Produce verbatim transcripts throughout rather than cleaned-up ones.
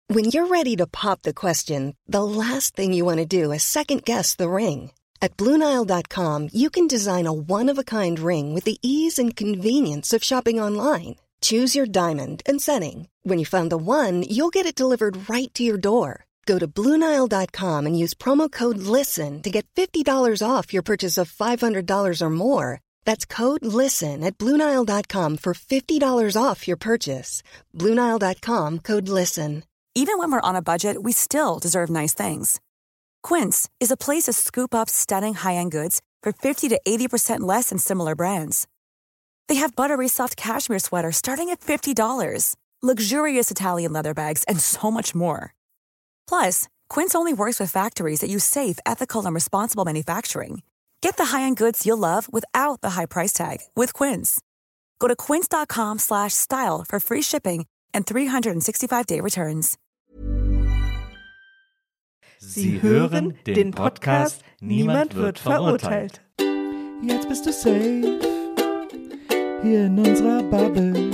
When you're ready to pop the question, the last thing you want to do is second-guess the ring. At Blue Nile dot com, you can design a one-of-a-kind ring with the ease and convenience of shopping online. Choose your diamond and setting. When you find the one, you'll get it delivered right to your door. Go to Blue Nile dot com and use promo code LISTEN to get fifty dollars off your purchase of five hundred dollars or more. That's code LISTEN at Blue Nile dot com for fifty dollars off your purchase. Blue Nile dot com, code LISTEN. Even when we're on a budget, we still deserve nice things. Quince is a place to scoop up stunning high-end goods for fifty to eighty percent less than similar brands. They have buttery soft cashmere sweaters starting at fifty dollars, luxurious Italian leather bags, and so much more. Plus, Quince only works with factories that use safe, ethical, and responsible manufacturing. Get the high-end goods you'll love without the high price tag with Quince. Go to quince dot com slash style for free shipping and three sixty-five day returns. Sie hören den Podcast Niemand wird verurteilt. Jetzt bist du safe, hier in unserer Bubble.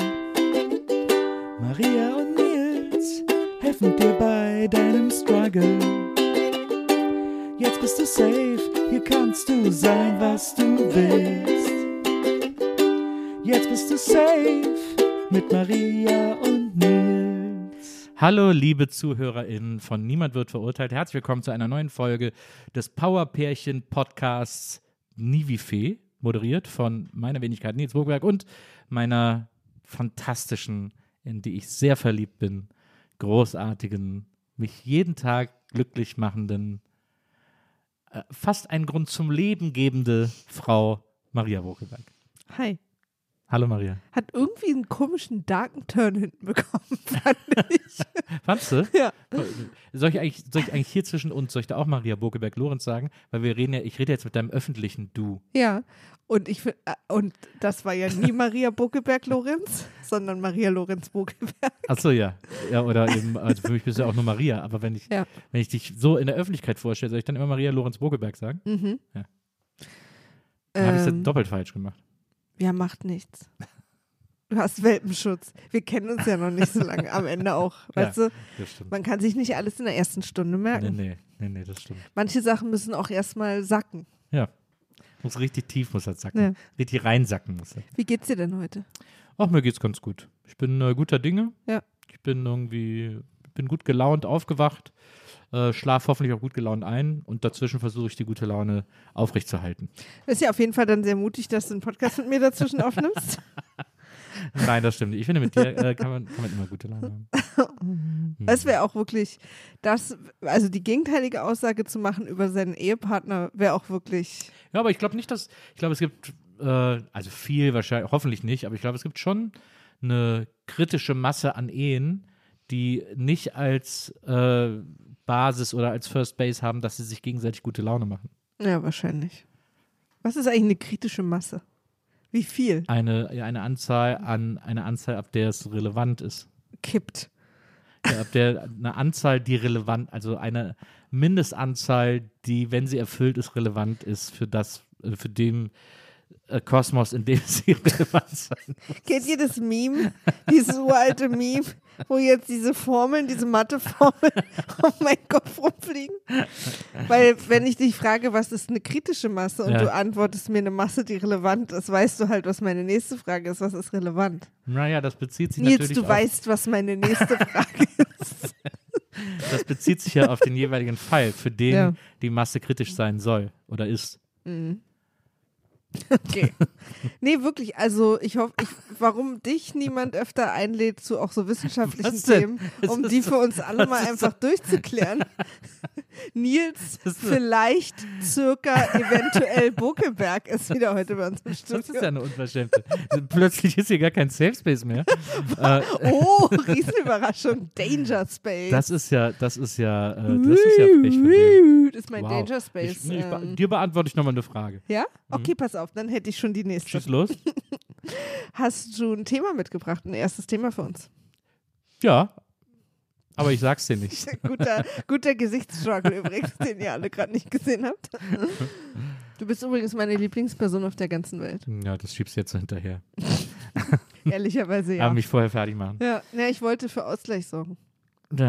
Maria und Nils helfen dir bei deinem Struggle. Jetzt bist du safe, hier kannst du sein, was du willst. Jetzt bist du safe mit Maria und Nils. Hallo liebe ZuhörerInnen von Niemand wird verurteilt. Herzlich willkommen zu einer neuen Folge des Powerpärchen-Podcasts Nie wie Fee, moderiert von meiner Wenigkeit Nils Burgberg und meiner fantastischen, in die ich sehr verliebt bin, großartigen, mich jeden Tag glücklich machenden, äh, fast einen Grund zum Leben gebende Frau Maria Burgberg. Hi. Hallo Maria. Hat irgendwie einen komischen darken Turn hinten bekommen, fand ich. Fandst du? Ja. Soll ich eigentlich, soll ich eigentlich hier zwischen uns, soll ich da auch Maria Burgeberg-Lorenz sagen? Weil wir reden ja, ich rede jetzt mit deinem öffentlichen Du. Ja, und ich find, und das war ja nie Maria Burgeberg-Lorenz, sondern Maria Lorenz-Burgeberg. Achso, ja. Ja, oder eben, also für mich bist du ja auch nur Maria, aber wenn ich, ja. wenn ich dich so in der Öffentlichkeit vorstelle, soll ich dann immer Maria Lorenz-Burgeberg sagen? Mhm. Ja. Dann habe ich es ähm, ja doppelt falsch gemacht. Ja, macht nichts. Du hast Welpenschutz. Wir kennen uns ja noch nicht so lange, am Ende auch. Weißt ja, du, das stimmt. Man kann sich nicht alles in der ersten Stunde merken. Nee, nee, nee, nee, das stimmt. Manche Sachen müssen auch erstmal sacken. Ja, muss richtig tief muss das sacken. Ja. Richtig reinsacken muss das. Wie geht's dir denn heute? Ach, mir geht's ganz gut. Ich bin äh, guter Dinge. Ja. Ich bin irgendwie, bin gut gelaunt aufgewacht. Äh, schlaf hoffentlich auch gut gelaunt ein und dazwischen versuche ich die gute Laune aufrechtzuerhalten. Das ist ja auf jeden Fall dann sehr mutig, dass du einen Podcast mit mir dazwischen aufnimmst. Nein, das stimmt nicht. Ich finde, mit dir äh, kann, man, kann man immer gute Laune haben. Das wäre auch wirklich, das, also die gegenteilige Aussage zu machen über seinen Ehepartner wäre auch wirklich. Ja, aber ich glaube nicht, dass, ich glaube, es gibt, äh, also viel wahrscheinlich, hoffentlich nicht, aber ich glaube, es gibt schon eine kritische Masse an Ehen, die nicht als äh, Basis oder als First Base haben, dass sie sich gegenseitig gute Laune machen. Ja, wahrscheinlich. Was ist eigentlich eine kritische Masse? Wie viel? Eine, ja, eine Anzahl an, eine Anzahl, ab der es relevant ist. Kippt. Ja, ab der, eine Anzahl, die relevant, also eine Mindestanzahl, die, wenn sie erfüllt ist, relevant ist für das, für den äh, Kosmos, in dem sie relevant sein muss. Kennt ihr das Meme? Dieses uralte Meme, wo jetzt diese Formeln, diese Matheformeln auf meinen Kopf rumfliegen? Weil wenn ich dich frage, was ist eine kritische Masse und ja. du antwortest mir eine Masse, die relevant ist, weißt du halt, was meine nächste Frage ist. Was ist relevant? Naja, das bezieht sich Nils, natürlich du auf... weißt, was meine nächste Frage ist. Das bezieht sich ja auf den jeweiligen Fall, für den Ja. die Masse kritisch sein soll oder ist. Mhm. Okay. Nee, wirklich, also ich hoffe, ich, warum dich niemand öfter einlädt zu auch so wissenschaftlichen Was denn? Themen, Das um ist die so- für uns alle mal das ist einfach durchzuklären. Nils, Das ist so- vielleicht, circa, eventuell Buckelberg ist wieder heute bei uns im Das Studio. ist ja eine Unverschämte. Plötzlich ist hier gar kein Safe Space mehr. äh, Oh, Riesenüberraschung, Danger Space. das ist ja, das ist ja, äh, das ist ja frech von dir. Das ist mein Wow. Danger Space. Ich, ich, be- ähm, dir beantworte ich nochmal eine Frage. ja? Okay, pass auf, dann hätte ich schon die nächste. Schieß los. Hast du ein Thema mitgebracht, ein erstes Thema für uns? Ja, aber ich sag's dir nicht. guter, guter Gesichtsstruggle übrigens, den ihr alle gerade nicht gesehen habt. Du bist übrigens meine Lieblingsperson auf der ganzen Welt. Ja, das schiebst du jetzt so hinterher. Ehrlicherweise ja. Aber mich vorher fertig machen. Ja, ja, ich wollte für Ausgleich sorgen. Ja,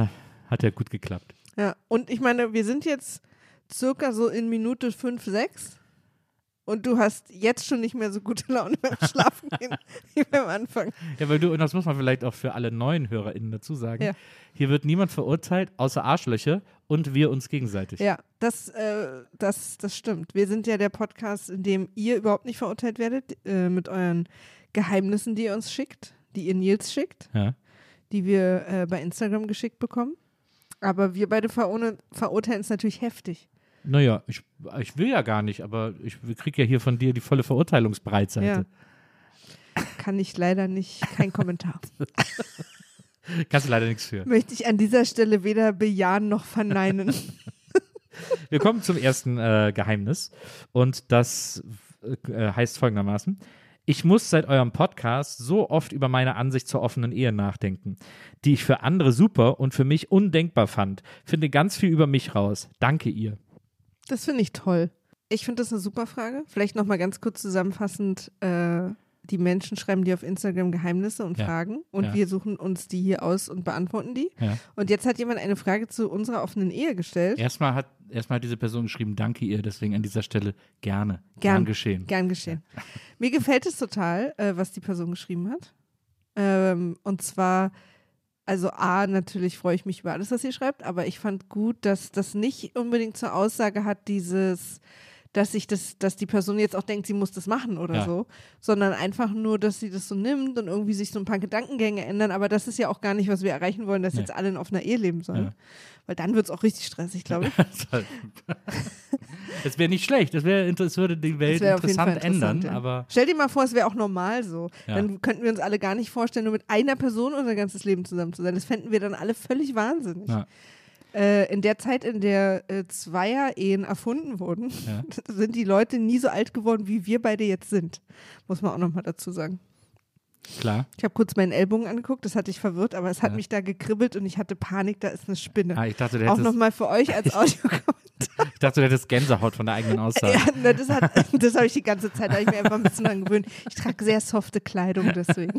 Hat ja gut geklappt. Ja, und ich meine, wir sind jetzt circa so in Minute fünf, sechs und du hast jetzt schon nicht mehr so gute Laune beim Schlafen gehen wie beim Anfang. Ja, weil du, und das muss man vielleicht auch für alle neuen HörerInnen dazu sagen, Ja. hier wird niemand verurteilt, außer Arschlöcher und wir uns gegenseitig. Ja, das, äh, das, das stimmt. Wir sind ja der Podcast, in dem ihr überhaupt nicht verurteilt werdet, äh, mit euren Geheimnissen, die ihr uns schickt, die ihr Nils schickt, Ja. die wir äh, bei Instagram geschickt bekommen. Aber wir beide verur- verurteilen es natürlich heftig. Naja, ich, ich will ja gar nicht, aber ich kriege ja hier von dir die volle Verurteilungsbreitseite. Ja. Kann ich leider nicht, kein Kommentar. Kannst du leider nichts für. Möchte ich an dieser Stelle weder bejahen noch verneinen. Wir kommen zum ersten äh, Geheimnis und das äh, heißt folgendermaßen: Ich muss seit eurem Podcast so oft über meine Ansicht zur offenen Ehe nachdenken, die ich für andere super und für mich undenkbar fand. Finde ganz viel über mich raus. Danke ihr. Das finde ich toll. Ich finde das eine super Frage. Vielleicht nochmal ganz kurz zusammenfassend, äh, die Menschen schreiben dir auf Instagram Geheimnisse und Ja. Fragen und Ja. wir suchen uns die hier aus und beantworten die. Ja. Und jetzt hat jemand eine Frage zu unserer offenen Ehe gestellt. Erstmal hat, erstmal hat diese Person geschrieben, danke ihr, deswegen an dieser Stelle gerne. Gern, Gern. geschehen. Gern geschehen. Mir gefällt es total, äh, was die Person geschrieben hat. Ähm, und zwar, also A, natürlich freue ich mich über alles, was sie schreibt, aber ich fand gut, dass das nicht unbedingt zur Aussage hat, dieses, dass sich das, dass die Person jetzt auch denkt, sie muss das machen oder Ja. so, sondern einfach nur, dass sie das so nimmt und irgendwie sich so ein paar Gedankengänge ändern, aber das ist ja auch gar nicht, was wir erreichen wollen, dass Nee. jetzt alle in offener Ehe leben sollen. Ja. Weil dann wird es auch richtig stressig, glaube ich. Das wäre nicht schlecht, das, wär, das würde die Welt Das wär auf jeden interessant, Fall interessant, ändern, ja. aber Stell dir mal vor, es wäre auch normal so. Ja. Dann könnten wir uns alle gar nicht vorstellen, nur mit einer Person unser ganzes Leben zusammen zu sein. Das fänden wir dann alle völlig wahnsinnig. Ja. Äh, in der Zeit, in der äh, Zweier-Ehen erfunden wurden, Ja. sind die Leute nie so alt geworden, wie wir beide jetzt sind. Muss man auch nochmal dazu sagen. klar. Ich habe kurz meinen Ellbogen angeguckt, das hat dich verwirrt, aber es hat Ja. mich da gekribbelt und ich hatte Panik, da ist eine Spinne. Ah, ich dachte, du Auch hättest, nochmal für euch als Audiokommentar. ich dachte, du hättest Gänsehaut von der eigenen Aussage. Ja, ne, das, hat- das habe ich die ganze Zeit, da habe ich mir einfach ein bisschen dran gewöhnt. Ich trage sehr softe Kleidung deswegen.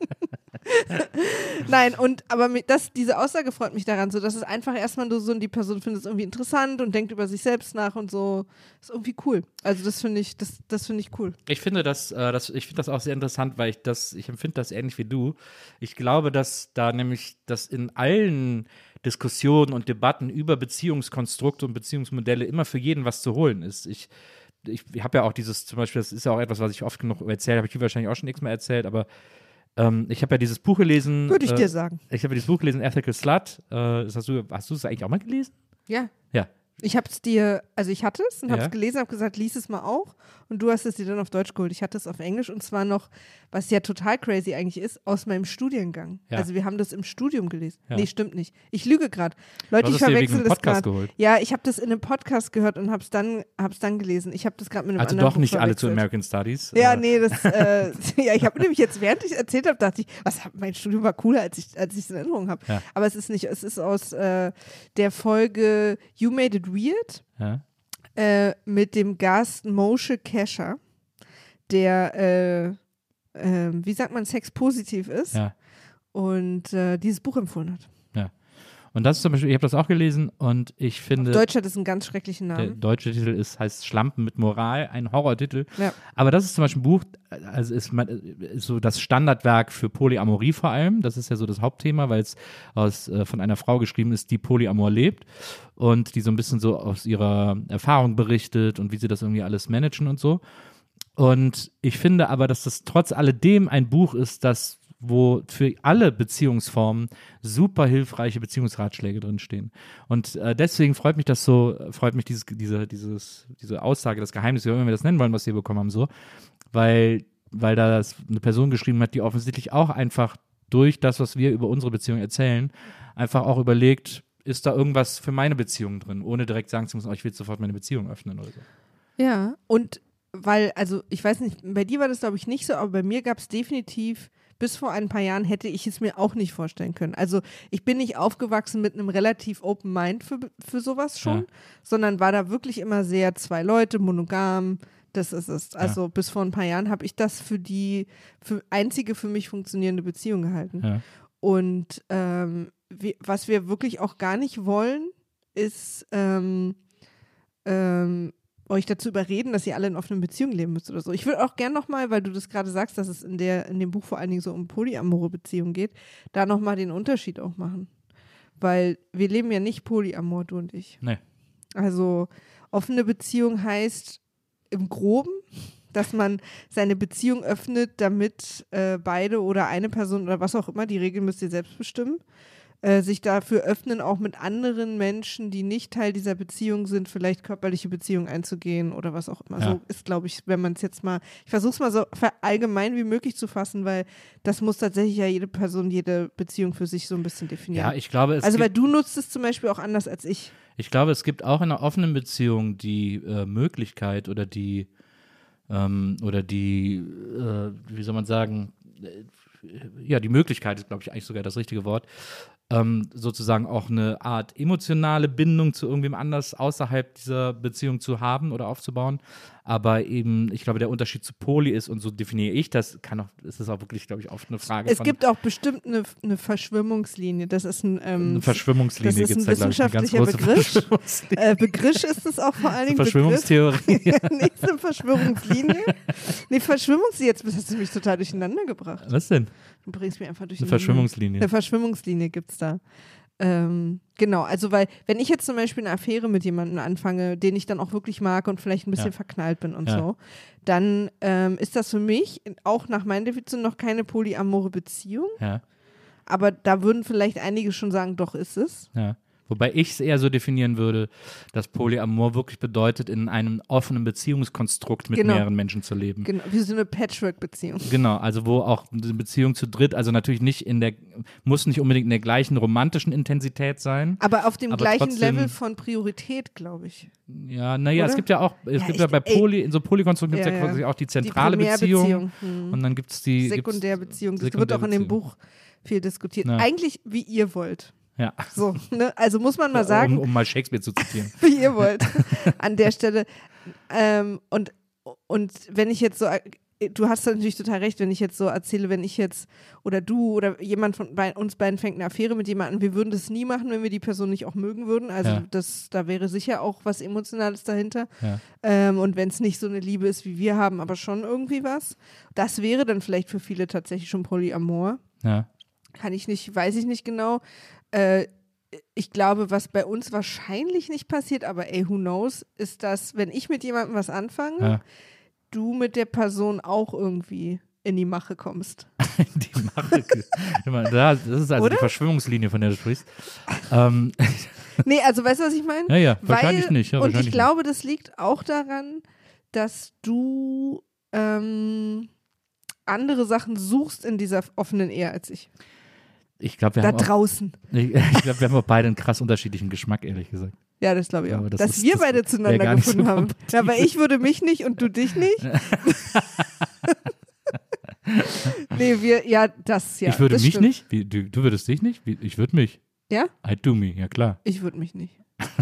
Nein, und aber mi- das, diese Aussage freut mich daran, so dass es einfach erstmal nur so, und die Person findet es irgendwie interessant und denkt über sich selbst nach und so. Ist irgendwie cool. Also das finde ich, das, das finde ich cool. Ich finde das, äh, das, ich finde das auch sehr interessant, weil ich das, ich empfinde das ähnlich wie du. Ich glaube, dass da nämlich, dass in allen Diskussionen und Debatten über Beziehungskonstrukte und Beziehungsmodelle immer für jeden was zu holen ist. Ich, ich, ich habe ja auch dieses, zum Beispiel, das ist ja auch etwas, was ich oft genug erzähle, habe ich hier wahrscheinlich auch schon x-mal erzählt, aber ähm, ich habe ja dieses Buch gelesen. Würde ich äh, dir sagen. Ich habe dieses Buch gelesen, Ethical Slut. Äh, das hast du, hast du es eigentlich auch mal gelesen? Ja. Ja. Ich habe es dir, also ich hatte es und habe Ja. es gelesen, habe gesagt, lies es mal auch. Und du hast es dir dann auf Deutsch geholt. Ich hatte es auf Englisch und zwar noch, was ja total crazy eigentlich ist, aus meinem Studiengang. Ja. Also wir haben das im Studium gelesen. Ja. Nee, stimmt nicht. Ich lüge gerade. Leute, Du hast ich es dir wegen verwechsel einem das Podcast gerade. geholt. Ja, ich habe das in einem Podcast gehört und habe es dann, hab's dann gelesen. Ich habe das gerade mit einem Also anderen doch Buch nicht alle zu verwechselt. American Studies. Ja, äh, nee, das, äh, ja, ich habe nämlich jetzt, während ich es erzählt habe, dachte ich, was, mein Studium war cooler, als ich als ich es in Erinnerung habe. Ja. Aber es ist nicht, es ist aus äh, der Folge You Made It Weird. Ja. Äh, mit dem Gast Moshe Kasher, der, äh, äh, wie sagt man, sexpositiv ist Ja. und äh, dieses Buch empfohlen hat. Und das ist zum Beispiel, ich habe das auch gelesen und ich finde, Deutsch hat es einen ganz schrecklichen der Namen. deutsche Titel ist, heißt Schlampen mit Moral, ein Horrortitel. Ja. Aber das ist zum Beispiel ein Buch, also ist, man- ist so das Standardwerk für Polyamorie vor allem. Das ist ja so das Hauptthema, weil es aus, äh, von einer Frau geschrieben ist, die Polyamor lebt und die so ein bisschen so aus ihrer Erfahrung berichtet und wie sie das irgendwie alles managen und so. Und ich finde aber, dass das trotz alledem ein Buch ist, das wo für alle Beziehungsformen super hilfreiche Beziehungsratschläge drinstehen. Und äh, deswegen freut mich das so, freut mich dieses, diese, dieses, diese Aussage, das Geheimnis, wie auch immer wir das nennen wollen, was wir bekommen haben, so, weil, weil da das eine Person geschrieben hat, die offensichtlich auch einfach durch das, was wir über unsere Beziehung erzählen, einfach auch überlegt, ist da irgendwas für meine Beziehung drin, ohne direkt sagen zu müssen, oh, ich will jetzt sofort meine Beziehung öffnen oder so. Ja, und weil, also ich weiß nicht, bei dir war das glaube ich nicht so, aber bei mir gab es definitiv, bis vor ein paar Jahren hätte ich es mir auch nicht vorstellen können. Also ich bin nicht aufgewachsen mit einem relativ Open Mind für, für sowas schon, Ja. sondern war da wirklich immer sehr zwei Leute, monogam, das ist es. Also Ja. bis vor ein paar Jahren habe ich das für die für einzige für mich funktionierende Beziehung gehalten. Ja. Und ähm, wir, was wir wirklich auch gar nicht wollen, ist ähm, ähm, euch dazu überreden, dass ihr alle in offenen Beziehungen leben müsst oder so. Ich würde auch gern nochmal, weil du das gerade sagst, dass es in, der, in dem Buch vor allen Dingen so um polyamore Beziehungen geht, da nochmal den Unterschied auch machen. Weil wir leben ja nicht polyamor, du und ich. Nee. Also offene Beziehung heißt im Groben, dass man seine Beziehung öffnet, damit äh, beide oder eine Person oder was auch immer, die Regeln müsst ihr selbst bestimmen, äh, sich dafür öffnen, auch mit anderen Menschen, die nicht Teil dieser Beziehung sind, vielleicht körperliche Beziehungen einzugehen oder was auch immer. Ja. So ist, glaube ich, wenn man es jetzt mal, ich versuche es mal so allgemein wie möglich zu fassen, weil das muss tatsächlich ja jede Person, jede Beziehung für sich so ein bisschen definieren. Ja, ich glaube, es also, weil gibt, du nutzt es zum Beispiel auch anders als ich. ich glaube, es gibt auch in einer offenen Beziehung die äh, Möglichkeit oder die ähm, oder die, äh, wie soll man sagen, äh, ja, die Möglichkeit ist, glaube ich, eigentlich sogar das richtige Wort, ähm, sozusagen auch eine Art emotionale Bindung zu irgendwem anders außerhalb dieser Beziehung zu haben oder aufzubauen. Aber eben, ich glaube, der Unterschied zu Poly ist, und so definiere ich das, kann auch, ist es auch wirklich, glaube ich, oft eine Frage Es von… gibt auch bestimmt eine, eine Verschwimmungslinie. Das ist ein, ähm, Eine Verschwimmungslinie das ist gibt es ein da, glaube ich, eine ganz wissenschaftlicher große Begriff. Verschwimmungslinie. Äh, Begriff ist es auch vor allen Dingen. Verschwörungstheorie. Begriff. Nicht eine Verschwörungslinie. Nee, Verschwimmungslinie, jetzt hast du mich total durcheinander gebracht. Was denn? Du bringst mich einfach Eine durcheinander. Verschwimmungslinie. Eine Verschwimmungslinie gibt es da. Ähm, genau, also weil, wenn ich jetzt zum Beispiel eine Affäre mit jemandem anfange, den ich dann auch wirklich mag und vielleicht ein bisschen Ja. verknallt bin und Ja. so, dann ähm, ist das für mich auch nach meiner Definition noch keine polyamore Beziehung, Ja, aber da würden vielleicht einige schon sagen, doch ist es. ja. Wobei ich es eher so definieren würde, dass Polyamor wirklich bedeutet, in einem offenen Beziehungskonstrukt mit Genau. mehreren Menschen zu leben. Genau, wie so eine Patchwork-Beziehung. Genau, also wo auch eine Beziehung zu dritt, also natürlich nicht in der, muss nicht unbedingt in der gleichen romantischen Intensität sein. Aber auf dem Aber gleichen trotzdem- Level von Priorität, glaube ich. Ja, naja, es Oder? gibt ja auch, es Ja, gibt ich- ja bei ey. Poly, in so Polykonstrukten gibt es Ja, ja ja. quasi auch die Die zentrale Beziehung. Primärbeziehung. Hm. Und dann gibt es die gibt's- Sekundärbeziehung. Das wird auch in dem Sekundärbeziehung. Buch viel diskutiert. Ja. Eigentlich, wie ihr wollt. Ja. So, ne? Also muss man mal sagen, Um, um mal Shakespeare zu zitieren. wie ihr wollt, an der Stelle. Ähm, und, und wenn ich jetzt so, du hast natürlich total recht, wenn ich jetzt so erzähle, wenn ich jetzt oder du oder jemand von bei uns beiden fängt eine Affäre mit jemandem, wir würden das nie machen, wenn wir die Person nicht auch mögen würden. Also Ja. das, da wäre sicher auch was Emotionales dahinter. Ja. Ähm, und wenn es nicht so eine Liebe ist, wie wir haben, aber schon irgendwie was. Das wäre dann vielleicht für viele tatsächlich schon Polyamor. Ja. Kann ich nicht, weiß ich nicht genau. Äh, ich glaube, was bei uns wahrscheinlich nicht passiert, aber ey, who knows, ist, dass, wenn ich mit jemandem was anfange, Ja. du mit der Person auch irgendwie in die Mache kommst. Die Mache. Immer, da- Das ist also Oder? die Verschwimmungslinie, von der du sprichst. ähm, Nee, also weißt du, was ich meine? ja, ja, wahrscheinlich Weil, nicht. Ja, und ich wahrscheinlich glaube, das liegt auch daran, dass du ähm, andere Sachen suchst in dieser offenen Ehe als ich. nicht. Ich glaube, wir, Da haben auch- draußen. ich, ich glaub, wir haben auch beide einen krass unterschiedlichen Geschmack, ehrlich gesagt. Ja, das glaube ich auch. Aber das Dass ist- wir das beide wär zueinander gar nicht so gefunden haben. kompatibel. Ja, aber ich würde mich nicht und du dich nicht. Nee, wir, ja, das ja. ich würde das mich stimmt. nicht? Wie, du, du würdest dich nicht? Wie, ich würde mich. Ja? I do me, ja klar. Ich würde mich nicht.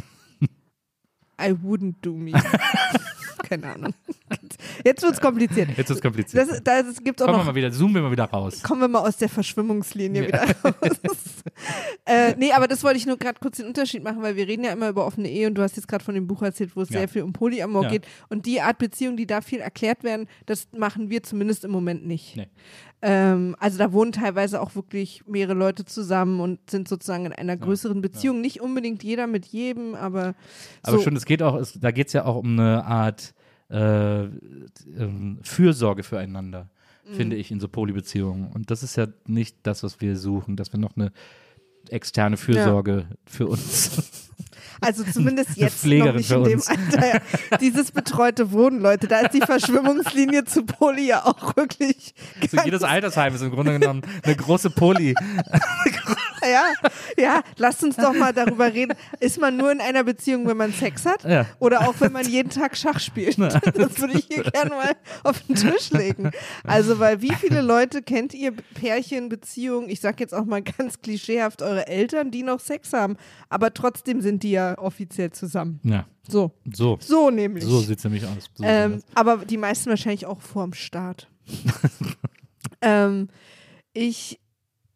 I wouldn't do me. Keine Ahnung. Jetzt wird's kompliziert. Jetzt ist es kompliziert. Das, das gibt's auch Kommen wir noch. mal wieder, zoomen wir mal wieder raus. Kommen wir mal aus der Verschwimmungslinie Ja. wieder raus. äh, nee, aber das wollte ich nur gerade kurz den Unterschied machen, weil wir reden ja immer über offene Ehe und du hast jetzt gerade von dem Buch erzählt, wo es Ja. sehr viel um Polyamor Ja. geht. Und die Art Beziehung, die da viel erklärt werden, das machen wir zumindest im Moment nicht. Nee. Ähm, also da wohnen teilweise auch wirklich mehrere Leute zusammen und sind sozusagen in einer größeren Beziehung. Nicht unbedingt jeder mit jedem, aber Aber so. schon, es geht auch, es, da geht es ja auch um eine Art äh, ähm, Fürsorge füreinander, Mhm. finde ich, in so Polybeziehungen. Und das ist ja nicht das, was wir suchen, dass wir noch eine externe Fürsorge für uns. Also zumindest Eine jetzt noch Pflegerin nicht für in dem uns. Alter. Ja. Dieses betreute Wohnen, Leute, da ist die Verschwimmungslinie zu Poly ja auch wirklich. So jedes Altersheim ist im Grunde genommen eine große Poly. Ja, ja, lasst uns doch mal darüber reden. Ist man nur in einer Beziehung, wenn man Sex hat? Ja. Oder auch wenn man jeden Tag Schach spielt? Das würde ich hier gerne mal auf den Tisch legen. Also, weil wie viele Leute kennt ihr Pärchen, Beziehungen, ich sag jetzt auch mal ganz klischeehaft, eure Eltern, die noch Sex haben, aber trotzdem sind die ja offiziell zusammen. Ja, So, so. so nämlich. So sieht es nämlich aus. So Ähm, sieht's aber die meisten wahrscheinlich auch vorm Start. ähm, ich,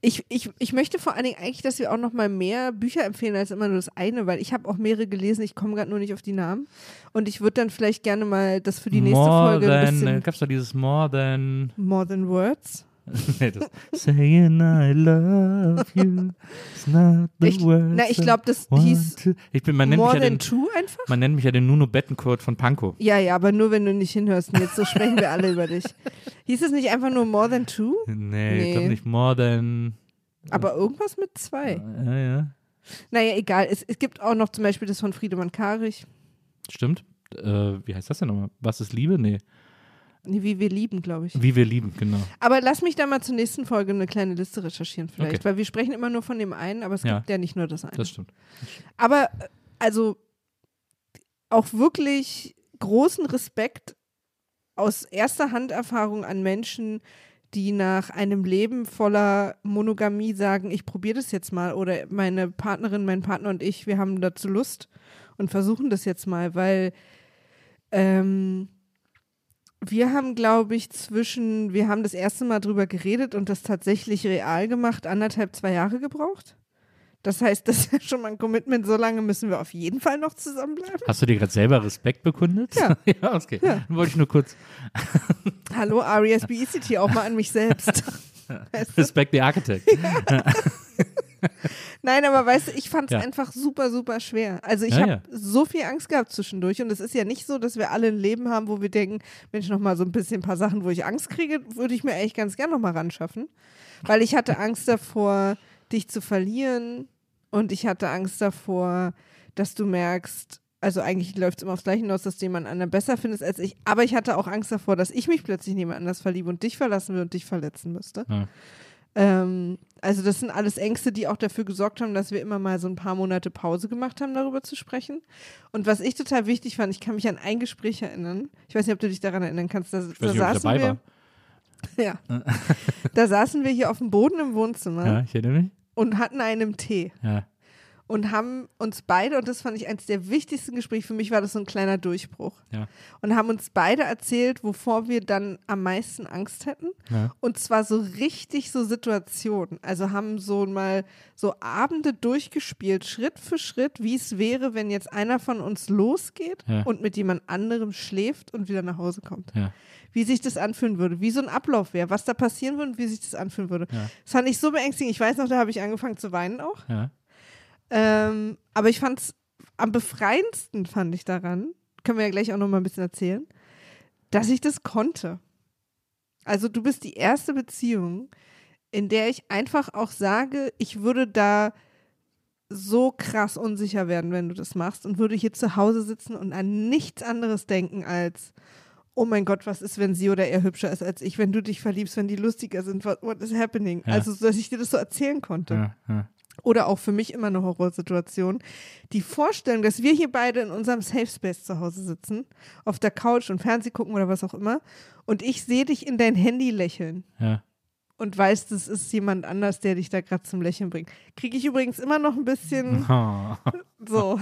Ich, ich, ich möchte vor allen Dingen eigentlich, dass wir auch noch mal mehr Bücher empfehlen als immer nur das eine, weil ich habe auch mehrere gelesen, ich komme gerade nur nicht auf die Namen. Und ich würde dann vielleicht gerne mal das für die nächste more Folge than, ein bisschen... Gab's doch dieses More Than... More Than Words? nee, das, Saying I love you, it's not the Ich, words na, ich glaube, das I want hieß to- ich bin, man nennt More mich ja Than den, Two einfach? Man nennt mich ja den Nuno Bettencourt von Pankow. Ja, ja, aber nur wenn du nicht hinhörst. Und jetzt so sprechen wir alle über dich. Hieß es nicht einfach nur More Than Two? Nee, Nee. ich glaube nicht More Than... Aber irgendwas mit zwei. Ja, ja, Naja, egal. Es, es gibt auch noch zum Beispiel das von Friedemann Karich. stimmt. Äh, wie heißt das denn nochmal? Was ist Liebe? Nee. Nee, Wie wir lieben, glaube ich. Wie wir lieben, genau. Aber lass mich da mal zur nächsten Folge eine kleine Liste recherchieren vielleicht. Okay. Weil wir sprechen immer nur von dem einen, aber es Ja. gibt ja nicht nur das eine. Das stimmt. Aber äh, also auch wirklich großen Respekt aus erster Hand Erfahrung an Menschen, die nach einem Leben voller Monogamie sagen, ich probiere das jetzt mal oder meine Partnerin, mein Partner und ich, wir haben dazu Lust und versuchen das jetzt mal, weil ähm, wir haben, glaube ich, zwischen, wir haben das erste Mal drüber geredet und das tatsächlich real gemacht, anderthalb, zwei Jahre gebraucht. Das heißt, das ist ja schon mal ein Commitment, so lange müssen wir auf jeden Fall noch zusammenbleiben. Hast du dir gerade selber Respekt bekundet? Ja. ja, okay. Ja. Dann wollte ich nur kurz Hallo, R E S B E C T, auch mal an mich selbst. Weißt du? Respect the Architect. Nein, aber weißt du, ich fand es Ja. einfach super, super schwer. Also ich Ja, habe ja. so viel Angst gehabt zwischendurch und es ist ja nicht so, dass wir alle ein Leben haben, wo wir denken, Mensch, noch mal so ein bisschen ein paar Sachen, wo ich Angst kriege, würde ich mir eigentlich ganz gern noch mal ran schaffen. Weil ich hatte Angst davor, dich zu verlieren und ich hatte Angst davor, dass du merkst, also eigentlich läuft es immer aufs Gleiche hinaus, dass du jemanden anderen besser findest als ich, aber ich hatte auch Angst davor, dass ich mich plötzlich in jemand anders verliebe und dich verlassen will und dich verletzen müsste. Ja. Ähm, also das sind alles Ängste, die auch dafür gesorgt haben, dass wir immer mal so ein paar Monate Pause gemacht haben, darüber zu sprechen. Und was ich total wichtig fand, ich kann mich an ein Gespräch erinnern, ich weiß nicht, ob du dich daran erinnern kannst, da, Ich weiß da nicht, ob ich saßen dabei wir, war. ja, da saßen wir hier auf dem Boden im Wohnzimmer Ja, ich erinnere mich. und hatten einen Tee Ja. und haben uns beide, und das fand ich eines der wichtigsten Gespräche, für mich war das so ein kleiner Durchbruch, Ja. und haben uns beide erzählt, wovor wir dann am meisten Angst hätten. Ja. Und zwar so richtig so Situationen. Also haben so mal so Abende durchgespielt, Schritt für Schritt, wie es wäre, wenn jetzt einer von uns losgeht Ja. und mit jemand anderem schläft und wieder nach Hause kommt. Ja. Wie sich das anfühlen würde, wie so ein Ablauf wäre, was da passieren würde und wie sich das anfühlen würde. Ja. Das fand ich so beängstigend. Ich weiß noch, da habe ich angefangen zu weinen auch. Ja. Ähm, aber ich fand es am befreiendsten, fand ich daran, können wir ja gleich auch noch mal ein bisschen erzählen, dass ich das konnte. Also du bist die erste Beziehung, in der ich einfach auch sage, ich würde da so krass unsicher werden, wenn du das machst und würde hier zu Hause sitzen und an nichts anderes denken als, oh mein Gott, was ist, wenn sie oder er hübscher ist als ich, wenn du dich verliebst, wenn die lustiger sind, what, what is happening? Ja. Also, dass ich dir das so erzählen konnte. Ja. Ja. Oder auch für mich immer eine Horrorsituation. Die Vorstellung, dass wir hier beide in unserem Safe Space zu Hause sitzen, auf der Couch und Fernseh gucken oder was auch immer, und ich sehe dich in dein Handy lächeln Ja. und weiß, das ist jemand anders, der dich da gerade zum Lächeln bringt. Kriege ich übrigens immer noch ein bisschen Oh. so,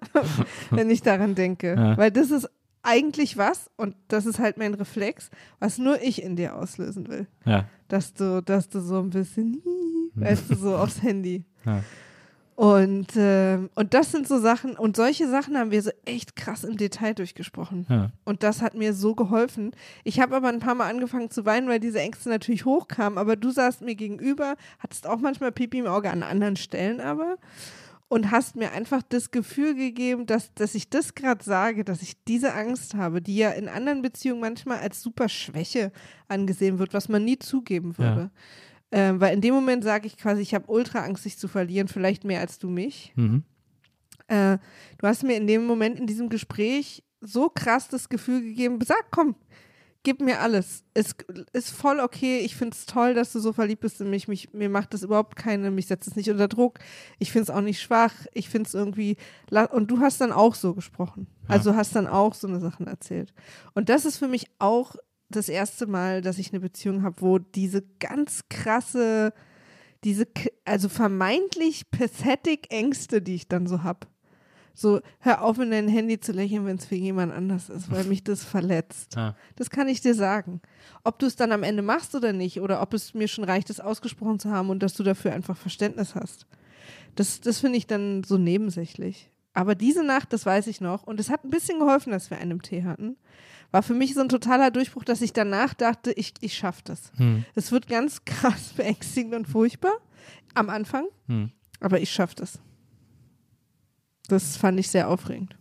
wenn ich daran denke. Ja. Weil das ist eigentlich was, und das ist halt mein Reflex, was nur ich in dir auslösen will. Ja. Dass du, dass du so ein bisschen, weißt du, so aufs Handy. Ja. Und, ähm, und das sind so Sachen, und solche Sachen haben wir so echt krass im Detail durchgesprochen. Ja. Und das hat mir so geholfen. Ich habe aber ein paar Mal angefangen zu weinen, weil diese Ängste natürlich hochkamen, aber du saßt mir gegenüber, hattest auch manchmal Pipi im Auge an anderen Stellen aber und hast mir einfach das Gefühl gegeben, dass, dass ich das gerade sage, dass ich diese Angst habe, die ja in anderen Beziehungen manchmal als super Schwäche angesehen wird, was man nie zugeben würde. Ja. Ähm, weil in dem Moment sage ich quasi, ich habe ultra Angst, dich zu verlieren, vielleicht mehr als du mich. Mhm. Äh, du hast mir in dem Moment, in diesem Gespräch so krass das Gefühl gegeben, sag, komm, gib mir alles. Es ist voll okay, ich finde es toll, dass du so verliebt bist in mich. mich mir macht das überhaupt keine, mich setzt es nicht unter Druck. Ich finde es auch nicht schwach, ich finde es irgendwie, und du hast dann auch so gesprochen. Ja. Also hast dann auch so eine Sachen erzählt. Und das ist für mich auch das erste Mal, dass ich eine Beziehung habe, wo diese ganz krasse, diese, also vermeintlich pathetic Ängste, die ich dann so habe, So, hör auf, in dein Handy zu lächeln, wenn es für jemand anders ist, weil mich das verletzt. Ah. Das kann ich dir sagen. Ob du es dann am Ende machst oder nicht, oder ob es mir schon reicht, es ausgesprochen zu haben und dass du dafür einfach Verständnis hast. Das, das finde ich dann so nebensächlich. Aber diese Nacht, das weiß ich noch, und es hat ein bisschen geholfen, dass wir einen im Tee hatten, war für mich so ein totaler Durchbruch, dass ich danach dachte, ich, ich schaffe das. Hm. Es wird ganz krass beängstigend und furchtbar am Anfang, Hm. aber ich schaffe das. Das fand ich sehr aufregend.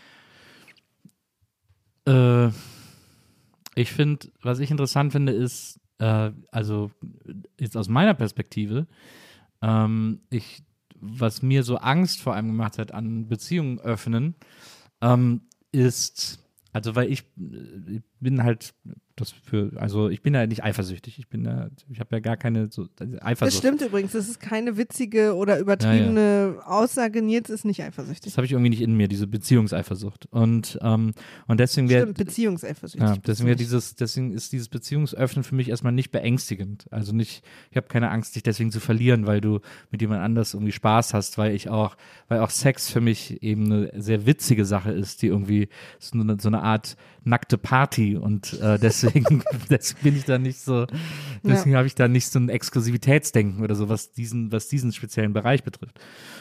Äh, ich finde, was ich interessant finde, ist, äh, also jetzt aus meiner Perspektive, ähm, ich, was mir so Angst vor allem gemacht hat an Beziehungen öffnen, ähm, ist, also weil ich, ich bin halt das für, also ich bin ja nicht eifersüchtig, ich bin ja, ich habe ja gar keine so Eifersucht. Das stimmt übrigens, das ist keine witzige oder übertriebene ja, ja. Aussage, Nils ist nicht eifersüchtig. Das habe ich irgendwie nicht in mir, diese Beziehungseifersucht. Und, ähm, und deswegen wäre Stimmt, Beziehungseifersüchtig. Ja, deswegen, wär dieses, deswegen ist dieses Beziehungsöffnen für mich erstmal nicht beängstigend. Also nicht, ich habe keine Angst, dich deswegen zu verlieren, weil du mit jemand anders irgendwie Spaß hast, weil ich auch, weil auch Sex für mich eben eine sehr witzige Sache ist, die irgendwie so eine, so eine Art nackte Party und äh, deswegen, deswegen bin ich da nicht so, deswegen ja. habe ich da nicht so ein Exklusivitätsdenken oder so, was diesen, was diesen speziellen Bereich betrifft.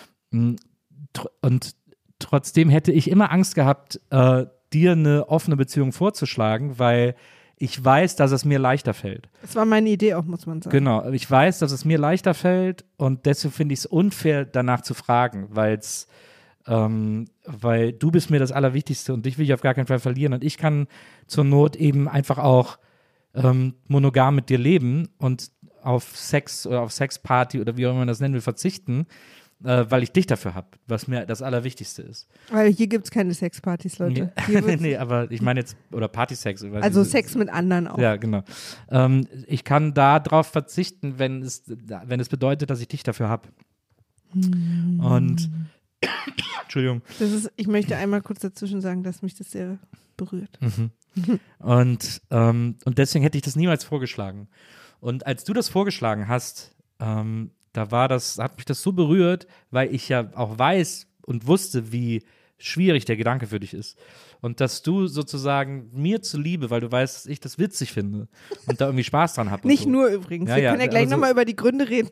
Und trotzdem hätte ich immer Angst gehabt, äh, dir eine offene Beziehung vorzuschlagen, weil ich weiß, dass es mir leichter fällt. Das war meine Idee auch, muss man sagen. Genau, ich weiß, dass es mir leichter fällt und deswegen finde ich es unfair, danach zu fragen, weil's, ähm, weil du bist mir das Allerwichtigste und dich will ich auf gar keinen Fall verlieren und ich kann zur Not eben einfach auch ähm, monogam mit dir leben und auf Sex oder auf Sexparty oder wie auch immer man das nennen will, verzichten, äh, weil ich dich dafür habe, was mir das Allerwichtigste ist. Weil hier gibt es keine Sexpartys, Leute. Nee, nee, aber ich meine jetzt, oder Partysex. Also nicht, Sex mit anderen auch. Ja, genau. Ähm, ich kann da drauf verzichten, wenn es, wenn es bedeutet, dass ich dich dafür habe. Hm. Und Entschuldigung. Das ist, ich möchte einmal kurz dazwischen sagen, dass mich das sehr berührt. Mhm. und, ähm, und deswegen hätte ich das niemals vorgeschlagen. Und als du das vorgeschlagen hast, ähm, da war das, hat mich das so berührt, weil ich ja auch weiß und wusste, wie schwierig der Gedanke für dich ist. Und dass du sozusagen mir zuliebe, weil du weißt, dass ich das witzig finde und da irgendwie Spaß dran habe. Nicht so. nur übrigens. Ja, Wir ja, können ja gleich also, nochmal über die Gründe reden.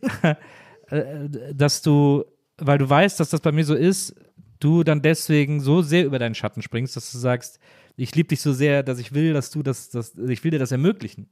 dass du, weil du weißt, dass das bei mir so ist, du dann deswegen so sehr über deinen Schatten springst, dass du sagst, ich liebe dich so sehr, dass ich will, dass du das, das ich will dir das ermöglichen.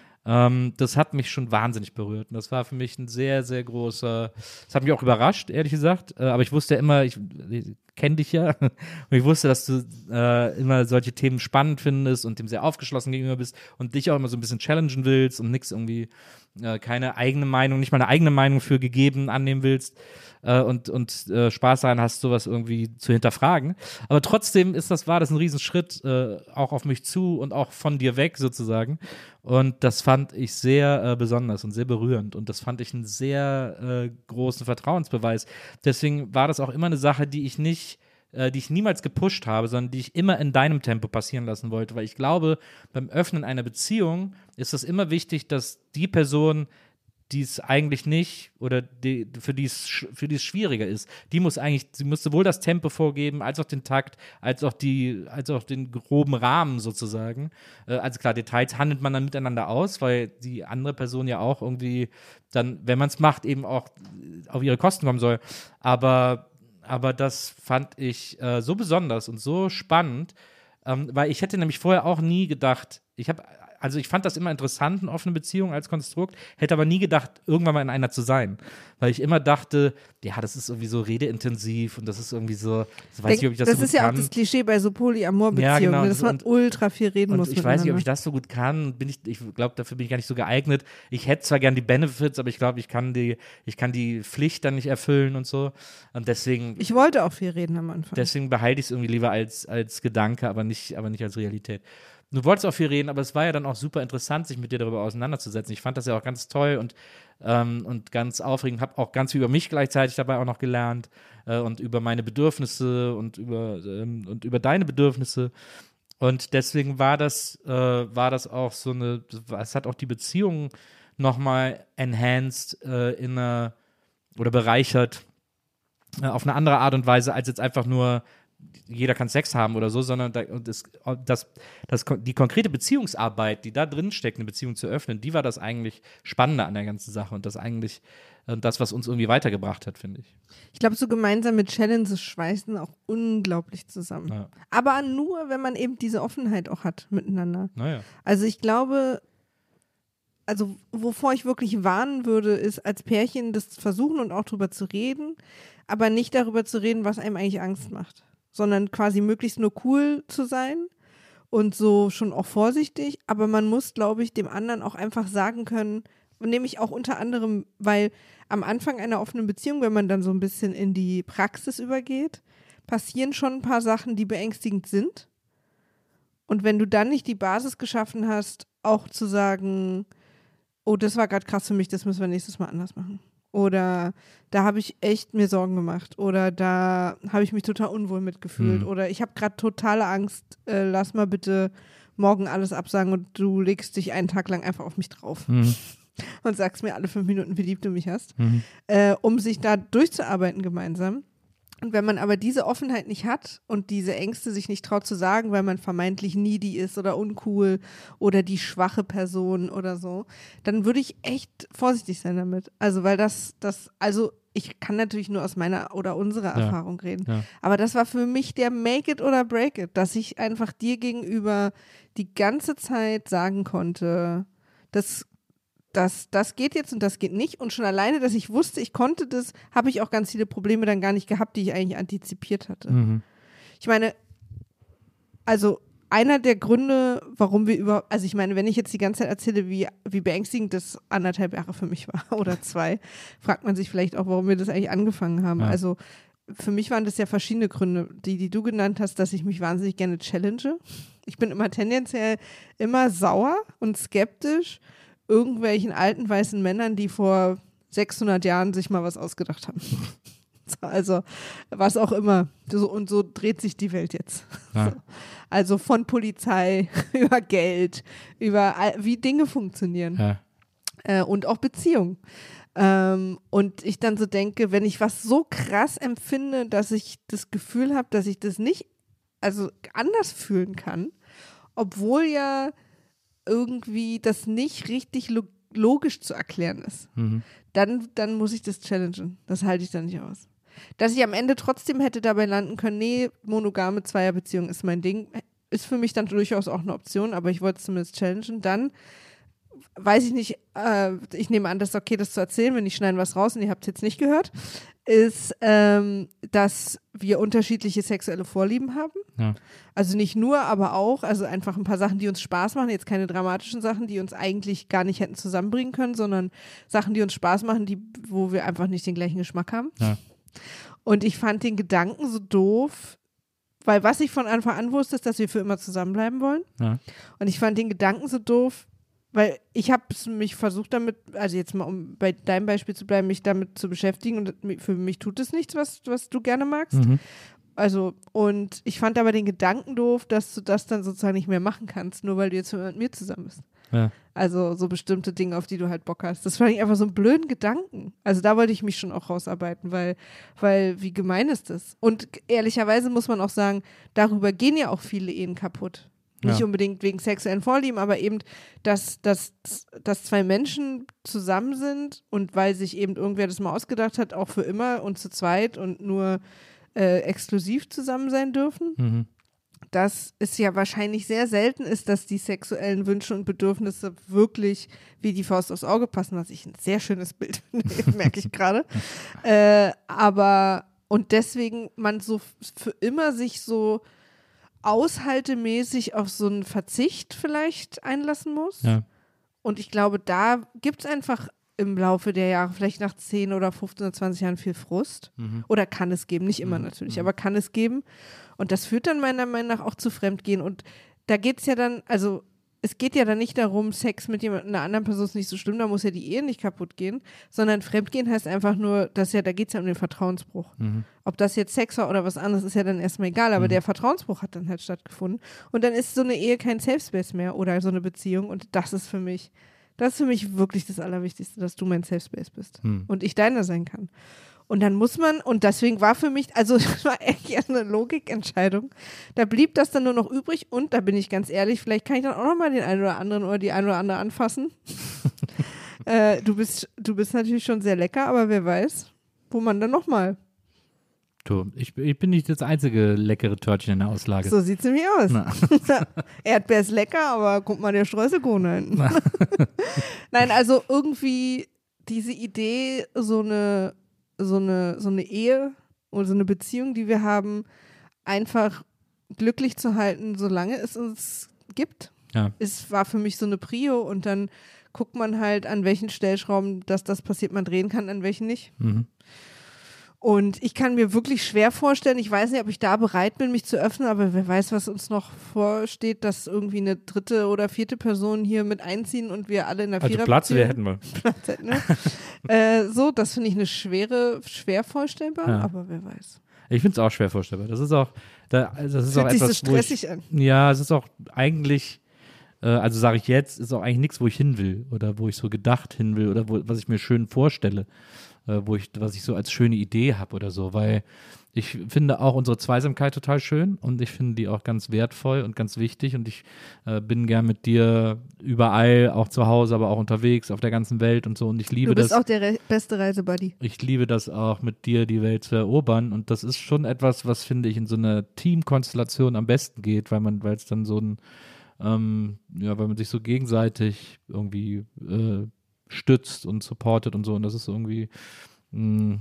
Ähm, das hat mich schon wahnsinnig berührt. Und das war für mich ein sehr, sehr großer, das hat mich auch überrascht, ehrlich gesagt. Äh, aber ich wusste immer, ich, ich kenne dich ja. Und ich wusste, dass du äh, immer solche Themen spannend findest und dem sehr aufgeschlossen gegenüber bist und dich auch immer so ein bisschen challengen willst und nichts irgendwie, äh, keine eigene Meinung, nicht mal eine eigene Meinung für gegeben annehmen willst. Äh, und und äh, Spaß daran hast, sowas irgendwie zu hinterfragen. Aber trotzdem ist das, war das ein Riesenschritt äh, auch auf mich zu und auch von dir weg sozusagen. Und das fand ich sehr äh, besonders und sehr berührend. Und das fand ich einen sehr äh, großen Vertrauensbeweis. Deswegen war das auch immer eine Sache, die ich nicht äh, die ich niemals gepusht habe, sondern die ich immer in deinem Tempo passieren lassen wollte. Weil ich glaube, beim Öffnen einer Beziehung ist es immer wichtig, dass die Person, die es eigentlich nicht oder die, für die es für die es schwieriger ist, die muss eigentlich, sie muss sowohl das Tempo vorgeben, als auch den Takt, als auch die, als auch den groben Rahmen sozusagen. Äh, also klar, Details handelt man dann miteinander aus, weil die andere Person ja auch irgendwie dann, wenn man es macht, eben auch auf ihre Kosten kommen soll. Aber, aber das fand ich äh, so besonders und so spannend, ähm, weil ich hätte nämlich vorher auch nie gedacht, ich habe Also ich fand das immer interessant, eine offene Beziehung als Konstrukt, hätte aber nie gedacht, irgendwann mal in einer zu sein. Weil ich immer dachte, ja, das ist irgendwie so redeintensiv und das ist irgendwie so, ich weiß nicht, ob ich das, das so gut kann. Das ist ja auch das Klischee bei so Polyamor-Beziehungen, ja, genau. dass man und, ultra viel reden und muss. Ich weiß nicht, ob ich das so gut kann. Bin ich ich glaube, dafür bin ich gar nicht so geeignet. Ich hätte zwar gern die Benefits, aber ich glaube, ich kann die, ich kann die Pflicht dann nicht erfüllen und so. Und deswegen. Ich wollte auch viel reden am Anfang. Deswegen behalte ich es irgendwie lieber als, als Gedanke, aber nicht, aber nicht als Realität. Du wolltest auch viel reden, aber es war ja dann auch super interessant, sich mit dir darüber auseinanderzusetzen. Ich fand das ja auch ganz toll und, ähm, und ganz aufregend. Habe auch ganz viel über mich gleichzeitig dabei auch noch gelernt äh, und über meine Bedürfnisse und über, ähm, und über deine Bedürfnisse. Und deswegen war das, äh, war das auch so eine, es hat auch die Beziehung nochmal enhanced äh, in einer, oder bereichert äh, auf eine andere Art und Weise, als jetzt einfach nur jeder kann Sex haben oder so, sondern da, das, das, das, die konkrete Beziehungsarbeit, die da drin steckt, eine Beziehung zu öffnen, die war das eigentlich Spannende an der ganzen Sache und das eigentlich und das, was uns irgendwie weitergebracht hat, finde ich. Ich glaube, so gemeinsame Challenges schweißen auch unglaublich zusammen. Ja. Aber nur, wenn man eben diese Offenheit auch hat miteinander. Naja. Also ich glaube, also wovor ich wirklich warnen würde, ist als Pärchen das versuchen und auch drüber zu reden, aber nicht darüber zu reden, was einem eigentlich Angst macht, sondern quasi möglichst nur cool zu sein und so schon auch vorsichtig, aber man muss, glaube ich, dem anderen auch einfach sagen können, nämlich auch unter anderem, weil am Anfang einer offenen Beziehung, wenn man dann so ein bisschen in die Praxis übergeht, passieren schon ein paar Sachen, die beängstigend sind. Und wenn du dann nicht die Basis geschaffen hast, auch zu sagen, oh, das war gerade krass für mich, das müssen wir nächstes Mal anders machen. Oder da habe ich echt mir Sorgen gemacht. Oder da habe ich mich total unwohl mitgefühlt. Mhm. Oder ich habe gerade totale Angst, äh, lass mal bitte morgen alles absagen und du legst dich einen Tag lang einfach auf mich drauf. Mhm. Und sagst mir alle fünf Minuten, wie lieb du mich hast, mhm. äh, um sich da durchzuarbeiten gemeinsam. Und wenn man aber diese Offenheit nicht hat und diese Ängste sich nicht traut zu sagen, weil man vermeintlich needy ist oder uncool oder die schwache Person oder so, dann würde ich echt vorsichtig sein damit. Also weil das, das, also ich kann natürlich nur aus meiner oder unserer ja. Erfahrung reden, ja. aber das war für mich der Make it oder break it, dass ich einfach dir gegenüber die ganze Zeit sagen konnte, dass Das, das geht jetzt und das geht nicht. Und schon alleine, dass ich wusste, ich konnte das, habe ich auch ganz viele Probleme dann gar nicht gehabt, die ich eigentlich antizipiert hatte. Mhm. Ich meine, also einer der Gründe, warum wir überhaupt, also ich meine, wenn ich jetzt die ganze Zeit erzähle, wie, wie beängstigend das anderthalb Jahre für mich war oder zwei, fragt man sich vielleicht auch, warum wir das eigentlich angefangen haben. Ja. Also für mich waren das ja verschiedene Gründe, die, die du genannt hast, dass ich mich wahnsinnig gerne challenge. Ich bin immer tendenziell immer sauer und skeptisch irgendwelchen alten weißen Männern, die vor sechshundert Jahren sich mal was ausgedacht haben. Also was auch immer. So, und so dreht sich die Welt jetzt. Ja. So. Also von Polizei über Geld, über wie Dinge funktionieren. Ja. Äh, und auch Beziehungen. Ähm, und ich dann so denke, wenn ich was so krass empfinde, dass ich das Gefühl habe, dass ich das nicht, also anders fühlen kann, obwohl ja irgendwie das nicht richtig lo- logisch zu erklären ist, mhm. dann, dann muss ich das challengen. Das halte ich dann nicht aus. Dass ich am Ende trotzdem hätte dabei landen können, nee, monogame Zweierbeziehung ist mein Ding, ist für mich dann durchaus auch eine Option, aber ich wollte es zumindest challengen. Dann weiß ich nicht, äh, ich nehme an, das ist okay, das zu erzählen, wenn ich schneiden was raus und ihr habt es jetzt nicht gehört, ist, ähm, dass wir unterschiedliche sexuelle Vorlieben haben. Ja. Also nicht nur, aber auch, also einfach ein paar Sachen, die uns Spaß machen, jetzt keine dramatischen Sachen, die uns eigentlich gar nicht hätten zusammenbringen können, sondern Sachen, die uns Spaß machen, die, wo wir einfach nicht den gleichen Geschmack haben. Ja. Und ich fand den Gedanken so doof, weil was ich von Anfang an wusste, ist, dass wir für immer zusammenbleiben wollen. Ja. Und ich fand den Gedanken so doof, weil ich habe mich versucht damit, also jetzt mal um bei deinem Beispiel zu bleiben, mich damit zu beschäftigen und für mich tut es nichts, was, was du gerne magst. Mhm. Also, und ich fand aber den Gedanken doof, dass du das dann sozusagen nicht mehr machen kannst, nur weil du jetzt mit mir zusammen bist. Ja. Also so bestimmte Dinge, auf die du halt Bock hast. Das fand ich einfach so einen blöden Gedanken. Also da wollte ich mich schon auch rausarbeiten, weil, weil wie gemein ist das? Und ehrlicherweise muss man auch sagen, darüber gehen ja auch viele Ehen kaputt. Nicht ja. unbedingt wegen sexuellen Vorlieben, aber eben, dass, dass, dass zwei Menschen zusammen sind und weil sich eben irgendwer das mal ausgedacht hat, auch für immer und zu zweit und nur äh, exklusiv zusammen sein dürfen. Mhm. Dass es ja wahrscheinlich sehr selten ist, dass die sexuellen Wünsche und Bedürfnisse wirklich wie die Faust aufs Auge passen, was ich ein sehr schönes Bild finde, merke ich gerade. Äh, aber, und deswegen man so für immer sich so aushaltemäßig auf so einen Verzicht vielleicht einlassen muss. Ja. Und ich glaube, da gibt es einfach im Laufe der Jahre, vielleicht nach zehn oder fünfzehn oder zwanzig Jahren viel Frust. Mhm. Oder kann es geben, nicht immer mhm. natürlich, mhm. aber kann es geben. Und das führt dann meiner Meinung nach auch zu Fremdgehen. Und da geht es ja dann, also es geht ja dann nicht darum, Sex mit jemand, einer anderen Person ist nicht so schlimm, da muss ja die Ehe nicht kaputt gehen, sondern Fremdgehen heißt einfach nur, dass ja, da geht es ja um den Vertrauensbruch. Mhm. Ob das jetzt Sex war oder was anderes, ist ja dann erstmal egal, aber mhm. der Vertrauensbruch hat dann halt stattgefunden. Und dann ist so eine Ehe kein Safe Space mehr oder so eine Beziehung und das ist für mich, das ist für mich wirklich das Allerwichtigste, dass du mein Safe Space bist mhm. und ich deiner sein kann. Und dann muss man, und deswegen war für mich, also das war echt eine Logikentscheidung. Da blieb das dann nur noch übrig und da bin ich ganz ehrlich, vielleicht kann ich dann auch nochmal den einen oder anderen oder die eine oder andere anfassen. äh, du bist, du bist natürlich schon sehr lecker, aber wer weiß, wo man dann nochmal. Du, ich, ich bin nicht das einzige leckere Törtchen in der Auslage. So sieht's nämlich aus. Erdbeer ist lecker, aber guck mal der Streuselkuchen hinten. Nein, also irgendwie diese Idee, so eine so eine, so eine Ehe oder so eine Beziehung, die wir haben, einfach glücklich zu halten, solange es uns gibt. Ja. Es war für mich so eine Prio und dann guckt man halt, an welchen Stellschrauben, dass das passiert, man drehen kann, an welchen nicht. Mhm. Und ich kann mir wirklich schwer vorstellen, ich weiß nicht, ob ich da bereit bin, mich zu öffnen, aber wer weiß, was uns noch vorsteht, dass irgendwie eine dritte oder vierte Person hier mit einziehen und wir alle in der Also Vierer Platz wir hätten wir. Platz hätten wir. äh, so, das finde ich eine schwere, schwer vorstellbar, Ja. aber wer weiß. Ich finde es auch schwer vorstellbar. Das ist auch, das ist Fühlt auch sich etwas, so stressig wo ich, an. Ja, es ist auch eigentlich, äh, also sage ich jetzt, ist auch eigentlich nichts, wo ich hin will oder wo ich so gedacht hin will oder wo, was ich mir schön vorstelle. Wo ich, was ich so als schöne Idee habe oder so, weil ich finde auch unsere Zweisamkeit total schön und ich finde die auch ganz wertvoll und ganz wichtig und ich äh, bin gern mit dir überall, auch zu Hause, aber auch unterwegs auf der ganzen Welt und so und ich liebe das. Du bist das. auch der Re- beste Reisebuddy. Ich liebe das auch, mit dir die Welt zu erobern und das ist schon etwas, was finde ich in so einer Teamkonstellation am besten geht, weil man, weil es dann so ein, ähm, ja, weil man sich so gegenseitig irgendwie äh, stützt und supportet und so und das ist irgendwie mh,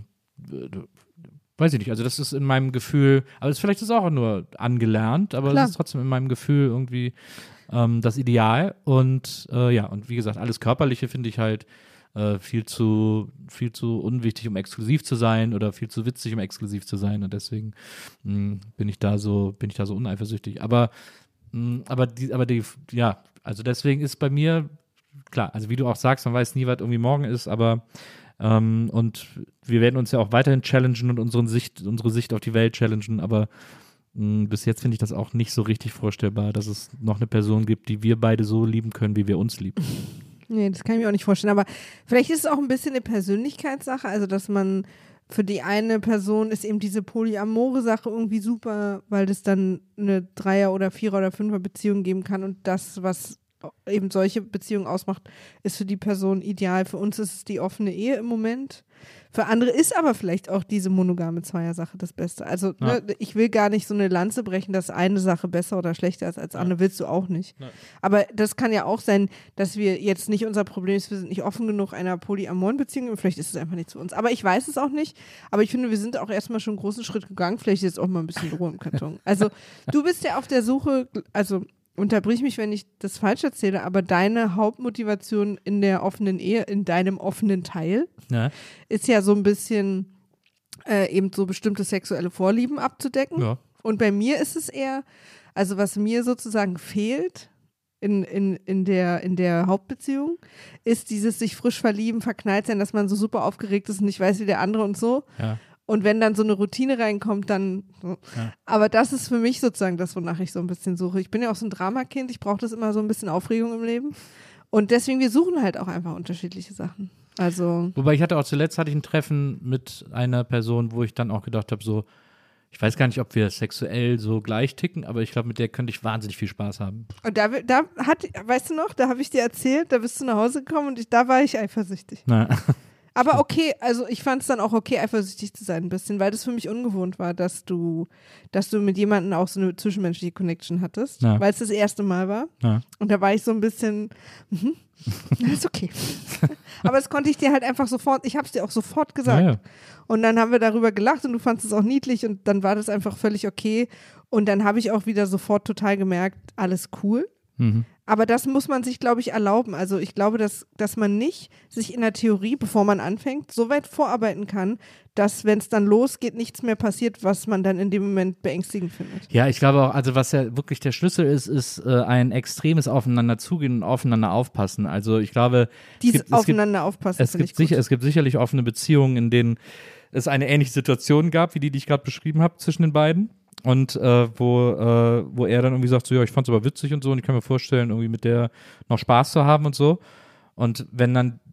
weiß ich nicht, also das ist in meinem Gefühl, aber es vielleicht ist auch nur angelernt, aber Klar. es ist trotzdem in meinem Gefühl irgendwie ähm, das Ideal und äh, ja, und wie gesagt, alles Körperliche finde ich halt äh, viel zu viel zu unwichtig, um exklusiv zu sein oder viel zu witzig, um exklusiv zu sein und deswegen mh, bin ich da so, bin ich da so uneifersüchtig, aber mh, aber die, aber die, ja, also deswegen ist bei mir klar, also wie du auch sagst, man weiß nie, was irgendwie morgen ist, aber ähm, und wir werden uns ja auch weiterhin challengen und unsere Sicht, unsere Sicht auf die Welt challengen, aber mh, bis jetzt finde ich das auch nicht so richtig vorstellbar, dass es noch eine Person gibt, die wir beide so lieben können, wie wir uns lieben. Nee, das kann ich mir auch nicht vorstellen, aber vielleicht ist es auch ein bisschen eine Persönlichkeitssache, also dass man für die eine Person ist eben diese polyamore Sache irgendwie super, weil das dann eine Dreier- oder Vierer- oder Fünfer-Beziehung geben kann und das, was eben solche Beziehungen ausmacht, ist für die Person ideal. Für uns ist es die offene Ehe im Moment. Für andere ist aber vielleicht auch diese monogame Zweier-Sache das Beste. Also Ja. ne, ich will gar nicht so eine Lanze brechen, dass eine Sache besser oder schlechter ist als andere, willst du auch nicht. Ja. Aber das kann ja auch sein, dass wir jetzt nicht, unser Problem ist, wir sind nicht offen genug einer polyamoren Beziehung, vielleicht ist es einfach nicht zu uns. Aber ich weiß es auch nicht, aber ich finde, wir sind auch erstmal schon einen großen Schritt gegangen, vielleicht jetzt auch mal ein bisschen Ruhe im Karton. Also du bist ja auf der Suche, also unterbrich mich, wenn ich das falsch erzähle, aber deine Hauptmotivation in der offenen Ehe, in deinem offenen Teil, Ja. ist ja so ein bisschen äh, eben so bestimmte sexuelle Vorlieben abzudecken. Ja. Und bei mir ist es eher, also was mir sozusagen fehlt in, in, in, der, in der Hauptbeziehung, ist dieses sich frisch verlieben, verknallt sein, dass man so super aufgeregt ist und nicht weiß wie der andere und so. Ja. Und wenn dann so eine Routine reinkommt, dann. So. Ja. Aber das ist für mich sozusagen das, wonach ich so ein bisschen suche. Ich bin ja auch so ein Dramakind, ich brauche das immer so ein bisschen Aufregung im Leben. Und deswegen, wir suchen halt auch einfach unterschiedliche Sachen. Also. Wobei ich hatte auch zuletzt hatte ich ein Treffen mit einer Person, wo ich dann auch gedacht habe, so, ich weiß gar nicht, ob wir sexuell so gleich ticken, aber ich glaube, mit der könnte ich wahnsinnig viel Spaß haben. Und da, da hat, weißt du noch, da habe ich dir erzählt, da bist du nach Hause gekommen und ich, da war ich eifersüchtig. Na. Aber okay, also ich fand es dann auch okay, eifersüchtig zu sein ein bisschen, weil das für mich ungewohnt war, dass du, dass du mit jemandem auch so eine zwischenmenschliche Connection hattest, Ja. weil es das erste Mal war. Ja. Und da war ich so ein bisschen, mhm, ist okay. Aber das konnte ich dir halt einfach sofort, ich habe es dir auch sofort gesagt. Ja, ja. Und dann haben wir darüber gelacht und du fandest es auch niedlich und dann war das einfach völlig okay. Und dann habe ich auch wieder sofort total gemerkt, alles cool. Mhm. Aber das muss man sich, glaube ich, erlauben. Also ich glaube, dass, dass man nicht sich in der Theorie, bevor man anfängt, so weit vorarbeiten kann, dass, wenn es dann losgeht, nichts mehr passiert, was man dann in dem Moment beängstigend findet. Ja, ich glaube auch, also was ja wirklich der Schlüssel ist, ist äh, ein extremes Aufeinander zugehen und aufeinander aufpassen. Also ich glaube, Dieses es gibt, es Aufeinander aufpassen, es finde gibt, ich gut. sicher, es gibt sicherlich offene Beziehungen, in denen es eine ähnliche Situation gab, wie die, die ich gerade beschrieben habe zwischen den beiden. Und äh, wo, äh, wo er dann irgendwie sagt, so ja, ich fand's aber witzig und so und ich kann mir vorstellen, irgendwie mit der noch Spaß zu haben und so. Und wenn dann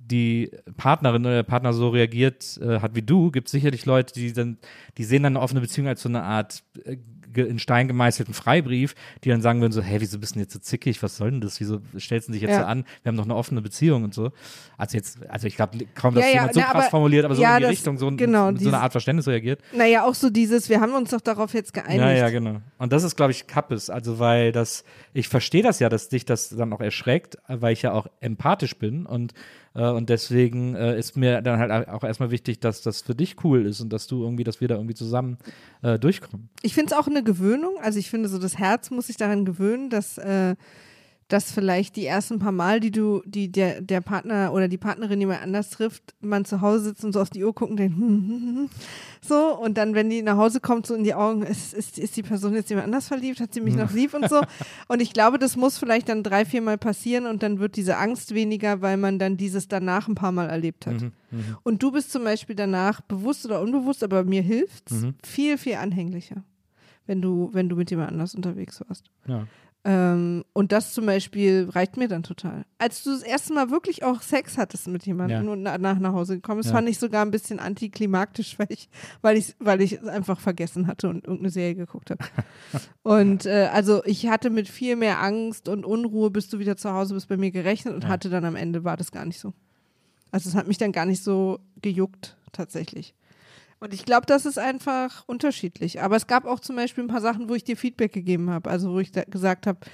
die Partnerin oder der Partner so reagiert äh, hat wie du, gibt es sicherlich Leute, die dann, die sehen dann eine offene Beziehung als so eine Art äh, in Stein gemeißelten Freibrief, die dann sagen würden so, hey, wieso bist du jetzt so zickig, was soll denn das, wieso stellst du dich jetzt ja. so an, wir haben doch eine offene Beziehung und so. Also jetzt, also ich glaube, kaum, dass ja, ja, jemand so na, krass aber, formuliert, aber so ja, in die das, Richtung, so, genau, mit so einer Art Verständnis reagiert. Naja, auch so dieses, wir haben uns doch darauf jetzt geeinigt. Ja, ja, genau. Und das ist, glaube ich, Kappes, also weil das, ich verstehe das ja, dass dich das dann auch erschreckt, weil ich ja auch empathisch bin und äh, und deswegen äh, ist mir dann halt auch erstmal wichtig, dass das für dich cool ist und dass du irgendwie, dass wir da irgendwie zusammen äh, durchkommen. Ich finde es auch eine Gewöhnung, also ich finde so, das Herz muss sich daran gewöhnen, dass äh, dass vielleicht die ersten paar Mal, die du, die der, der Partner oder die Partnerin jemand anders trifft, man zu Hause sitzt und so auf die Uhr guckt und denkt, hm, hm, hm, so, und dann, wenn die nach Hause kommt, so in die Augen, ist, ist, ist die Person jetzt jemand anders verliebt, hat sie mich noch lieb und so. Und ich glaube, das muss vielleicht dann drei, vier Mal passieren und dann wird diese Angst weniger, weil man dann dieses danach ein paar Mal erlebt hat. Mhm, mh. Und du bist zum Beispiel danach, bewusst oder unbewusst, aber mir hilft's, mhm. viel, viel anhänglicher, wenn du, wenn du mit jemand anders unterwegs warst. Ja. Ähm, und das zum Beispiel reicht mir dann total. Als du das erste Mal wirklich auch Sex hattest mit jemandem Ja. und na, nach nach Hause gekommen bist, Ja. fand ich sogar ein bisschen antiklimaktisch, weil ich weil ich weil ich es einfach vergessen hatte und irgendeine Serie geguckt habe. Und äh, also ich hatte mit viel mehr Angst und Unruhe, bis du wieder zu Hause bist, bei mir gerechnet und Ja. hatte dann am Ende, war das gar nicht so. Also es hat mich dann gar nicht so gejuckt, tatsächlich. Und ich glaube, das ist einfach unterschiedlich. Aber es gab auch zum Beispiel ein paar Sachen, wo ich dir Feedback gegeben habe. Also wo ich da gesagt habe,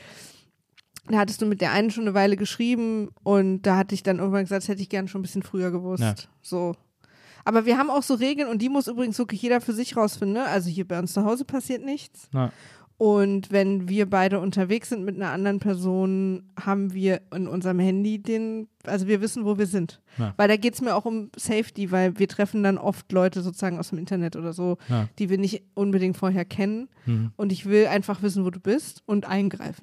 da hattest du mit der einen schon eine Weile geschrieben und da hatte ich dann irgendwann gesagt, das hätte ich gern schon ein bisschen früher gewusst. Ja. So. Aber wir haben auch so Regeln und die muss übrigens wirklich jeder für sich rausfinden. Ne? Also hier bei uns zu Hause passiert nichts. Na. Und wenn wir beide unterwegs sind mit einer anderen Person, haben wir in unserem Handy den, also wir wissen, wo wir sind. Ja. Weil da geht es mir auch um Safety, weil wir treffen dann oft Leute sozusagen aus dem Internet oder so, Ja. die wir nicht unbedingt vorher kennen. Mhm. Und ich will einfach wissen, wo du bist und eingreifen.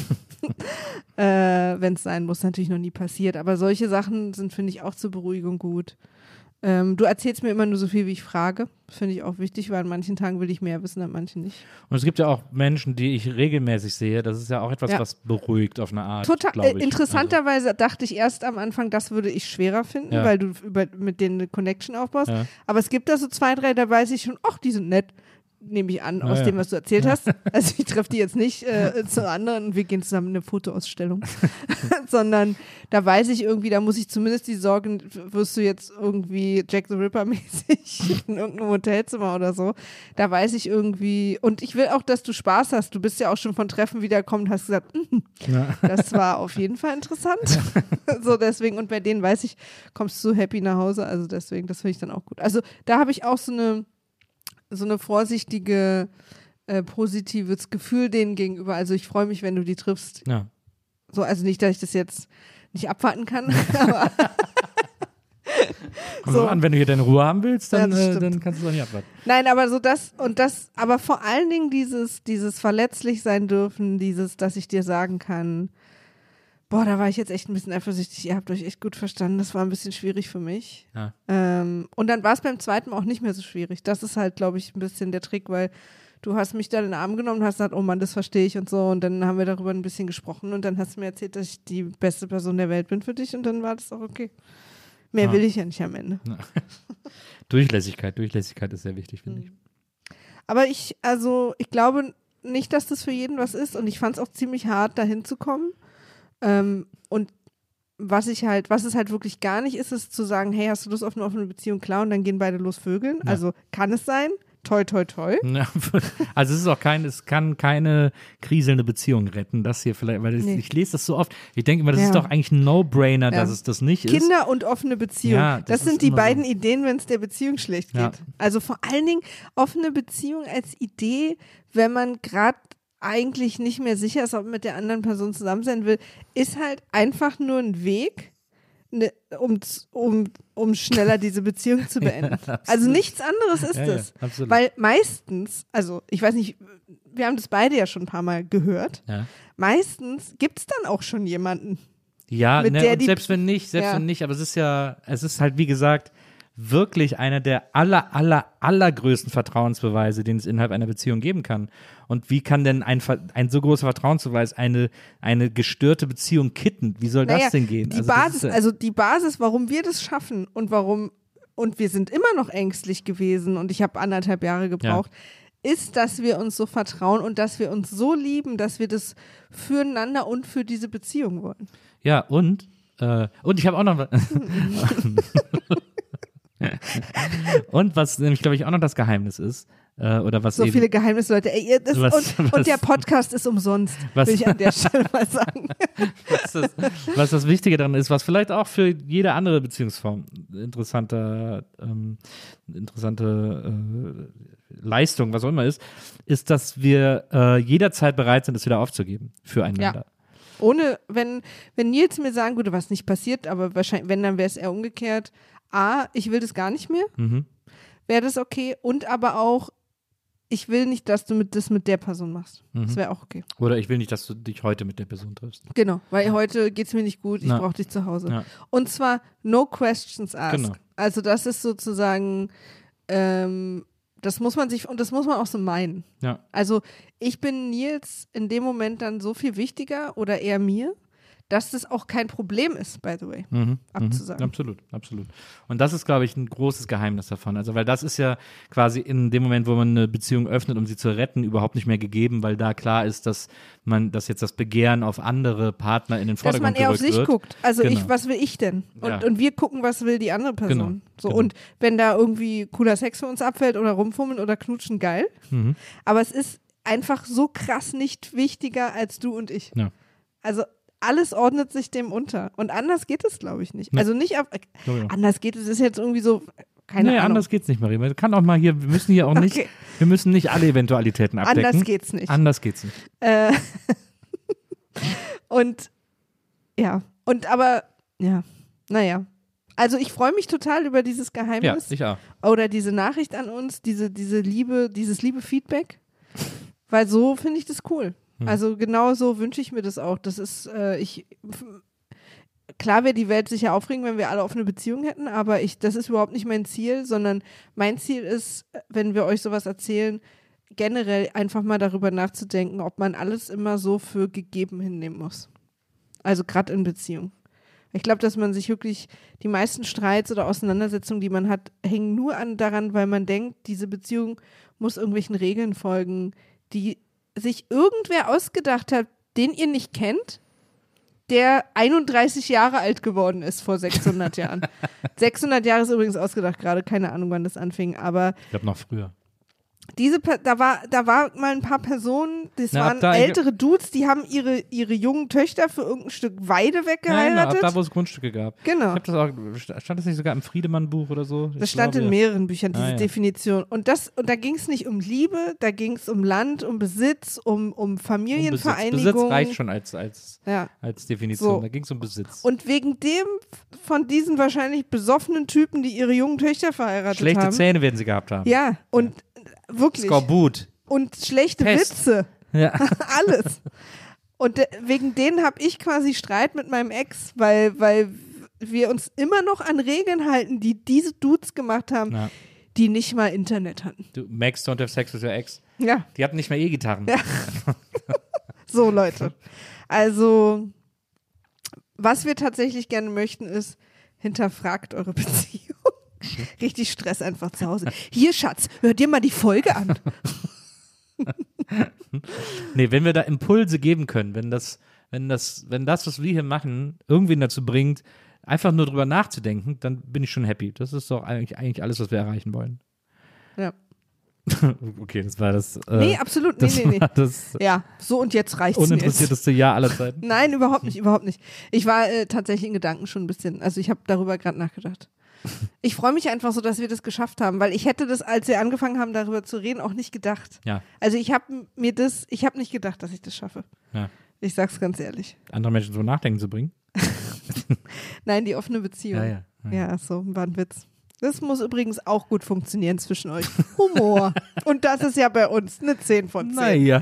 äh, wenn es sein muss, natürlich noch nie passiert. Aber solche Sachen sind, finde ich, auch zur Beruhigung gut. Ähm, du erzählst mir immer nur so viel, wie ich frage. Das finde ich auch wichtig, weil an manchen Tagen will ich mehr wissen, an manchen nicht. Und es gibt ja auch Menschen, die ich regelmäßig sehe. Das ist ja auch etwas, Ja. was beruhigt auf eine Art. Total. glaub ich. Äh, interessanterweise dachte ich erst am Anfang, das würde ich schwerer finden, Ja. weil du über, mit denen eine Connection aufbaust. Ja. Aber es gibt da so zwei, drei, da weiß ich schon, ach, die sind nett. Nehme ich an, aus Ja, ja. dem, was du erzählt hast. Also ich treffe die jetzt nicht äh, zu anderen und wir gehen zusammen in eine Fotoausstellung. Sondern da weiß ich irgendwie, da muss ich zumindest die Sorgen, wirst du jetzt irgendwie Jack the Ripper mäßig in irgendeinem Hotelzimmer oder so. Da weiß ich irgendwie, und ich will auch, dass du Spaß hast. Du bist ja auch schon von Treffen wiedergekommen und hast gesagt, mm, Ja. das war auf jeden Fall interessant. So deswegen, und bei denen weiß ich, kommst du happy nach Hause. Also deswegen, das finde ich dann auch gut. Also da habe ich auch so eine so eine vorsichtige, äh, positives Gefühl denen gegenüber. Also ich freue mich, wenn du die triffst. Ja. So, also nicht, dass ich das jetzt nicht abwarten kann, aber Kommt so. drauf an, wenn du hier deine Ruhe haben willst, dann, Ja, das äh, stimmt. dann kannst du es auch nicht abwarten. Nein, aber so das und das, aber vor allen Dingen dieses, dieses verletzlich sein dürfen, dieses, dass ich dir sagen kann, boah, da war ich jetzt echt ein bisschen eifersüchtig, ihr habt euch echt gut verstanden, das war ein bisschen schwierig für mich. Ja. Ähm, und dann war es beim zweiten Mal auch nicht mehr so schwierig. Das ist halt, glaube ich, ein bisschen der Trick, weil du hast mich dann in den Arm genommen und hast gesagt, oh Mann, das verstehe ich und so. Und dann haben wir darüber ein bisschen gesprochen und dann hast du mir erzählt, dass ich die beste Person der Welt bin für dich und dann war das auch okay. Mehr Ja. will ich ja nicht am Ende. Durchlässigkeit, Durchlässigkeit ist sehr wichtig, finde ich. Aber ich, also, ich glaube nicht, dass das für jeden was ist und ich fand es auch ziemlich hart, dahin zu kommen. Ähm, und was ich halt, was es halt wirklich gar nicht ist, ist zu sagen, hey, hast du Lust auf eine offene Beziehung? Klar, und dann gehen beide los vögeln. Ja. Also kann es sein. Toi, toi, toi. Ja, also es ist auch kein, es kann keine kriselnde Beziehung retten, das hier vielleicht, weil das, Nee. ich lese das so oft. Ich denke immer, das Ja. ist doch eigentlich ein No-Brainer, Ja. dass es das nicht ist. Kinder und offene Beziehung. Ja, das das ist sind die immer beiden so. Ideen, wenn es der Beziehung schlecht geht. Ja. Also vor allen Dingen offene Beziehung als Idee, wenn man gerade eigentlich nicht mehr sicher ist, ob man mit der anderen Person zusammen sein will, ist halt einfach nur ein Weg, ne, um, um, um schneller diese Beziehung zu beenden. Ja, also nichts anderes ist Ja, ja, es. absolut. Weil meistens, also ich weiß nicht, wir haben das beide ja schon ein paar Mal gehört, Ja. meistens gibt es dann auch schon jemanden. Ja, Mit ne, der und die- selbst wenn nicht, selbst Ja. wenn nicht, aber es ist ja, es ist halt wie gesagt, wirklich einer der aller, aller, allergrößten Vertrauensbeweise, den es innerhalb einer Beziehung geben kann. Und wie kann denn ein, ein so großer Vertrauensbeweis eine, eine gestörte Beziehung kitten? Wie soll Naja, das denn gehen? Die Also das Basis, ist ja- also die Basis, warum wir das schaffen und warum, und wir sind immer noch ängstlich gewesen und ich habe anderthalb Jahre gebraucht, ist, dass wir uns so vertrauen und dass wir uns so lieben, dass wir das füreinander und für diese Beziehung wollen. Ja, und, äh, und ich habe auch noch. Und was nämlich, glaube ich, auch noch das Geheimnis ist, äh, oder was So eben. viele Geheimnisse, Leute. Ey, ihr, das, Was- und, was- und der Podcast ist umsonst, Was- will ich an der Stelle mal sagen. was, das, was das Wichtige daran ist, was vielleicht auch für jede andere Beziehungsform interessanter, ähm, interessante äh, Leistung, was auch immer ist, ist, dass wir äh, jederzeit bereit sind, es wieder aufzugeben füreinander. Ohne, wenn, wenn Nils mir sagen würde, was nicht passiert, aber wahrscheinlich, wenn, dann wäre es eher umgekehrt. A, ich will das gar nicht mehr, Mhm. wäre das okay. Und aber auch, ich will nicht, dass du mit, das mit der Person machst. Mhm. Das wäre auch okay. Oder ich will nicht, dass du dich heute mit der Person triffst. Genau, weil heute geht es mir nicht gut, ich Na. brauche dich zu Hause. Ja. Und zwar no questions asked. Genau. Also das ist sozusagen, ähm, das muss man sich, und das muss man auch so meinen. Ja. Also ich bin Nils in dem Moment dann so viel wichtiger oder eher mir, dass das auch kein Problem ist, by the way, Mhm, abzusagen. Mhm, absolut, absolut. Und das ist, glaube ich, ein großes Geheimnis davon. Also, weil das ist ja quasi in dem Moment, wo man eine Beziehung öffnet, um sie zu retten, überhaupt nicht mehr gegeben, weil da klar ist, dass man, dass jetzt das Begehren auf andere Partner in den Dass man Vordergrund eher auf gerückt sich wird. guckt. Also Genau. ich, was will ich denn? Und, Ja. und wir gucken, was will die andere Person. Genau, So, genau. und wenn da irgendwie cooler Sex für uns abfällt oder rumfummeln oder knutschen, geil. Mhm. Aber es ist einfach so krass nicht wichtiger als du und ich. Ja. Also alles ordnet sich dem unter. Und anders geht es, glaube ich, nicht. Nee. Also nicht auf, Ja, ja. anders geht es, ist jetzt irgendwie so, keine nee, Ahnung. anders geht's nicht, Marie. Man kann auch mal hier, wir müssen hier auch nicht, Okay. wir müssen nicht alle Eventualitäten abdecken. Anders geht's nicht. Anders geht's nicht. Äh, und ja, und aber, ja, naja. Also ich freue mich total über dieses Ja, Geheimnis ich auch. oder diese Nachricht an uns, diese, diese Liebe, dieses liebe Feedback, weil so finde ich das cool. Hm. Also genau so wünsche ich mir das auch. Das ist, äh, ich, f- klar wäre die Welt sicher aufregend, wenn wir alle offene Beziehungen hätten, aber ich, das ist überhaupt nicht mein Ziel, sondern mein Ziel ist, wenn wir euch sowas erzählen, generell einfach mal darüber nachzudenken, ob man alles immer so für gegeben hinnehmen muss. Also gerade in Beziehungen. Ich glaube, dass man sich wirklich, die meisten Streits oder Auseinandersetzungen, die man hat, hängen nur an daran, weil man denkt, diese Beziehung muss irgendwelchen Regeln folgen, die sich irgendwer ausgedacht hat, den ihr nicht kennt, der einunddreißig Jahre alt geworden ist vor sechshundert Jahren. sechshundert Jahre ist übrigens ausgedacht gerade, keine Ahnung, wann das anfing, aber Ich glaube noch früher. diese, Per- da war, da war mal ein paar Personen, das Na, ab waren da- ältere Dudes, die haben ihre, ihre jungen Töchter für irgendein Stück Weide Nein, ab weggeheiratet. da, wo es Grundstücke gab. Genau. Ich hab das auch, stand das nicht sogar im Friedemann-Buch oder so? Das Ich stand glaube, in mehreren Büchern, diese Ah, ja. Definition. Und, das, und da ging es nicht um Liebe, da ging es um Land, um Besitz, um, um um Besitz. Familienvereinigung. Besitz reicht schon als, als, Ja. als Definition. So. Da ging es um Besitz. Und wegen dem von diesen wahrscheinlich besoffenen Typen, die ihre jungen Töchter verheiratet Schlechte haben. Zähne werden sie gehabt haben. Ja, und wirklich. Skorbut. Und schlechte Pest. Witze. Ja. Alles. Und de wegen denen habe ich quasi Streit mit meinem Ex, weil, weil wir uns immer noch an Regeln halten, die diese Dudes gemacht haben, Ja. die nicht mal Internet hatten. Du, Max, don't have sex with your ex. Ja, Die hatten nicht mehr E-Gitarren. Ja. so Leute. Also, was wir tatsächlich gerne möchten, ist, hinterfragt eure Beziehung. Richtig Stress einfach zu Hause. Hier, Schatz, hör dir mal die Folge an. Nee, wenn wir da Impulse geben können, wenn das, wenn das, wenn das, was wir hier machen, irgendwen dazu bringt, einfach nur drüber nachzudenken, dann bin ich schon happy. Das ist doch eigentlich, eigentlich alles, was wir erreichen wollen. Ja. Okay, das war das. Äh, Nee, absolut. Nee, das nee, nee. war das Ja, so und jetzt reicht's mir jetzt. uninteressierteste Jahr aller Zeiten. Nein, überhaupt nicht, überhaupt nicht. Ich war äh, tatsächlich in Gedanken schon ein bisschen, also ich habe darüber gerade nachgedacht. Ich freue mich einfach so, dass wir das geschafft haben, weil ich hätte das, als wir angefangen haben, darüber zu reden, auch nicht gedacht. Ja, Also ich habe mir das, ich habe nicht gedacht, dass ich das schaffe. ja. Ich sag's ganz ehrlich. Andere Menschen zum Nachdenken zu bringen. Nein, die offene Beziehung. Ja, ja. ja. Ja, so, war ein Witz. Das muss übrigens auch gut funktionieren zwischen euch. Humor. Und das ist ja bei uns eine zehn von zehn. Naja.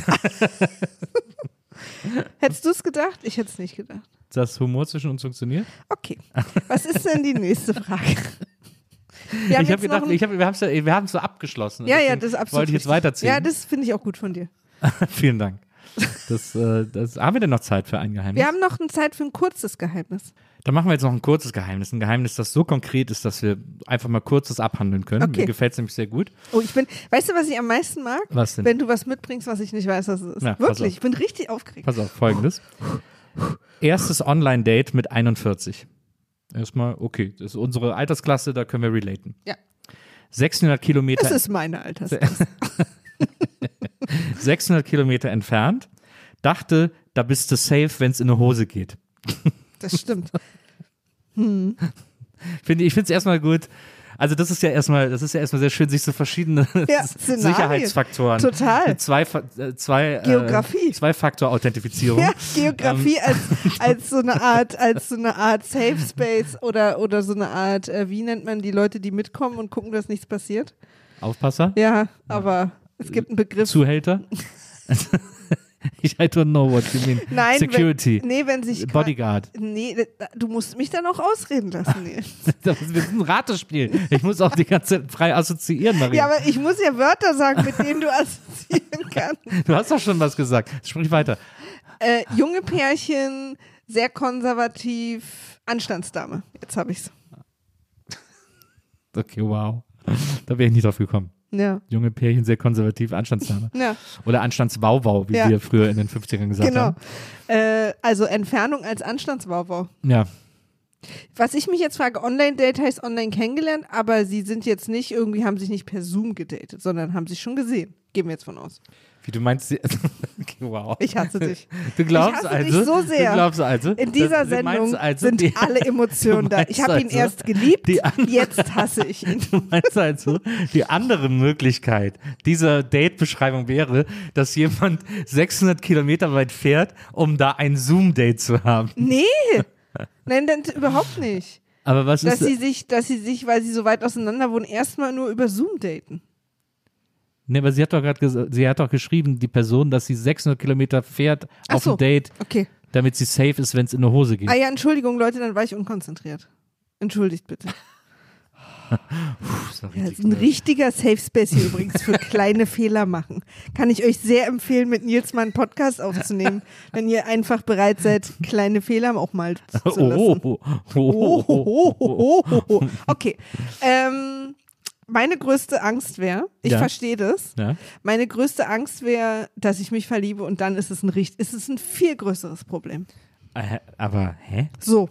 Hättest du es gedacht? Ich hätte es nicht gedacht. Dass Humor zwischen uns funktioniert? Okay. Was ist denn die nächste Frage? Wir haben Ich habe jetzt gedacht, noch ein- ich hab, wir haben es ja, wir haben's so abgeschlossen. Ja, ja, Deswegen das ist absolut wollte ich jetzt richtig. weiterziehen. Ja, das finde ich auch gut von dir. Vielen Dank. Das, äh, das, haben wir denn noch Zeit für ein Geheimnis? Wir haben noch eine Zeit für ein kurzes Geheimnis. Dann machen wir jetzt noch ein kurzes Geheimnis. Ein Geheimnis, das so konkret ist, dass wir einfach mal kurzes abhandeln können. Okay. Mir gefällt es nämlich sehr gut. Oh, ich bin, weißt du, was ich am meisten mag? Was denn? Wenn du was mitbringst, was ich nicht weiß, was es ist. Ja, pass auf. Wirklich, ich bin richtig aufgeregt. Pass auf, folgendes. Erstes Online-Date mit einundvierzig. Erstmal, okay, das ist unsere Altersklasse, da können wir relaten. Ja. sechshundert Kilometer, Das ist meine Altersklasse. sechshundert Kilometer entfernt. Dachte, da bist du safe, wenn es in eine Hose geht. Das stimmt. Finde, ich finde es erstmal gut. Also das ist ja erstmal, das ist ja erstmal sehr schön, sich so verschiedene Ja, Szenarien. Sicherheitsfaktoren. Total. Mit zwei, Fa- äh, zwei, Geografie. Äh, zwei Faktor-Authentifizierung. Ja, Geografie Ähm. als, als so eine Art, als so eine Art Safe Space oder, oder so eine Art, äh, wie nennt man die Leute, die mitkommen und gucken, dass nichts passiert? Aufpasser. Ja, aber es gibt einen Begriff. Zuhälter. Ich I don't know what you mean. Nein, Security. Wenn, nee, wenn sich Bodyguard. Nee, du musst mich dann auch ausreden lassen. Nee. Das ist ein Ratespiel. Ich muss auch die ganze Zeit frei assoziieren, Maria. Ja, aber ich muss ja Wörter sagen, mit denen du assoziieren kannst. Du hast doch schon was gesagt. Sprich weiter. Äh, junge Pärchen, sehr konservativ, Anstandsdame. Jetzt habe ich's. Okay, wow. Da wäre ich nicht drauf gekommen. Ja. Junge Pärchen, sehr konservativ, Anstandsdame. Ja, Oder Anstandswauwau, wie Ja. wir früher in den fünfzigern gesagt genau. haben. Äh, also Entfernung als Anstandswauwau. Ja. Was ich mich jetzt frage, Online-Date heißt online kennengelernt, aber sie sind jetzt nicht irgendwie, haben sich nicht per Zoom gedatet, sondern haben sich schon gesehen. Gehen wir jetzt von aus. Wie du meinst, sie- okay, wow. Ich hasse dich. Du glaubst Ich hasse dich also, so sehr. du glaubst also, In dieser dass- du meinst Sendung also, sind die, alle Emotionen da. Ich meinst habe ihn also, erst geliebt, die an- jetzt hasse ich ihn. Du meinst also, die andere Möglichkeit dieser Date-Beschreibung wäre, dass jemand sechshundert Kilometer weit fährt, um da ein Zoom-Date zu haben. Nee, nein, dann überhaupt nicht. Aber was Dass ist... sie sich, dass sie sich, weil sie so weit auseinander wohnen, erstmal nur über Zoom daten. Nee, aber sie hat doch gerade gesagt, sie hat doch geschrieben, die Person, dass sie sechshundert Kilometer fährt Ach auf so. ein Date, Okay. damit sie safe ist, wenn es in eine Hose geht. Ah ja, Entschuldigung, Leute, dann war ich unkonzentriert. Entschuldigt bitte. Puh, ist doch Ja, das richtig ist ein blöd. richtiger Safe Space hier übrigens für kleine Fehler machen. Kann ich euch sehr empfehlen, mit Nils mal einen Podcast aufzunehmen, wenn ihr einfach bereit seid, kleine Fehler auch mal zu lassen. Oh, oh, oh, Oh, oh, ho, ho, ho, ho, ho. Okay. Ähm, meine größte Angst wäre, ich Ja. verstehe das, Ja. meine größte Angst wäre, dass ich mich verliebe und dann ist es ein, richt- ist es ein viel größeres Problem. Äh, Aber, hä? So,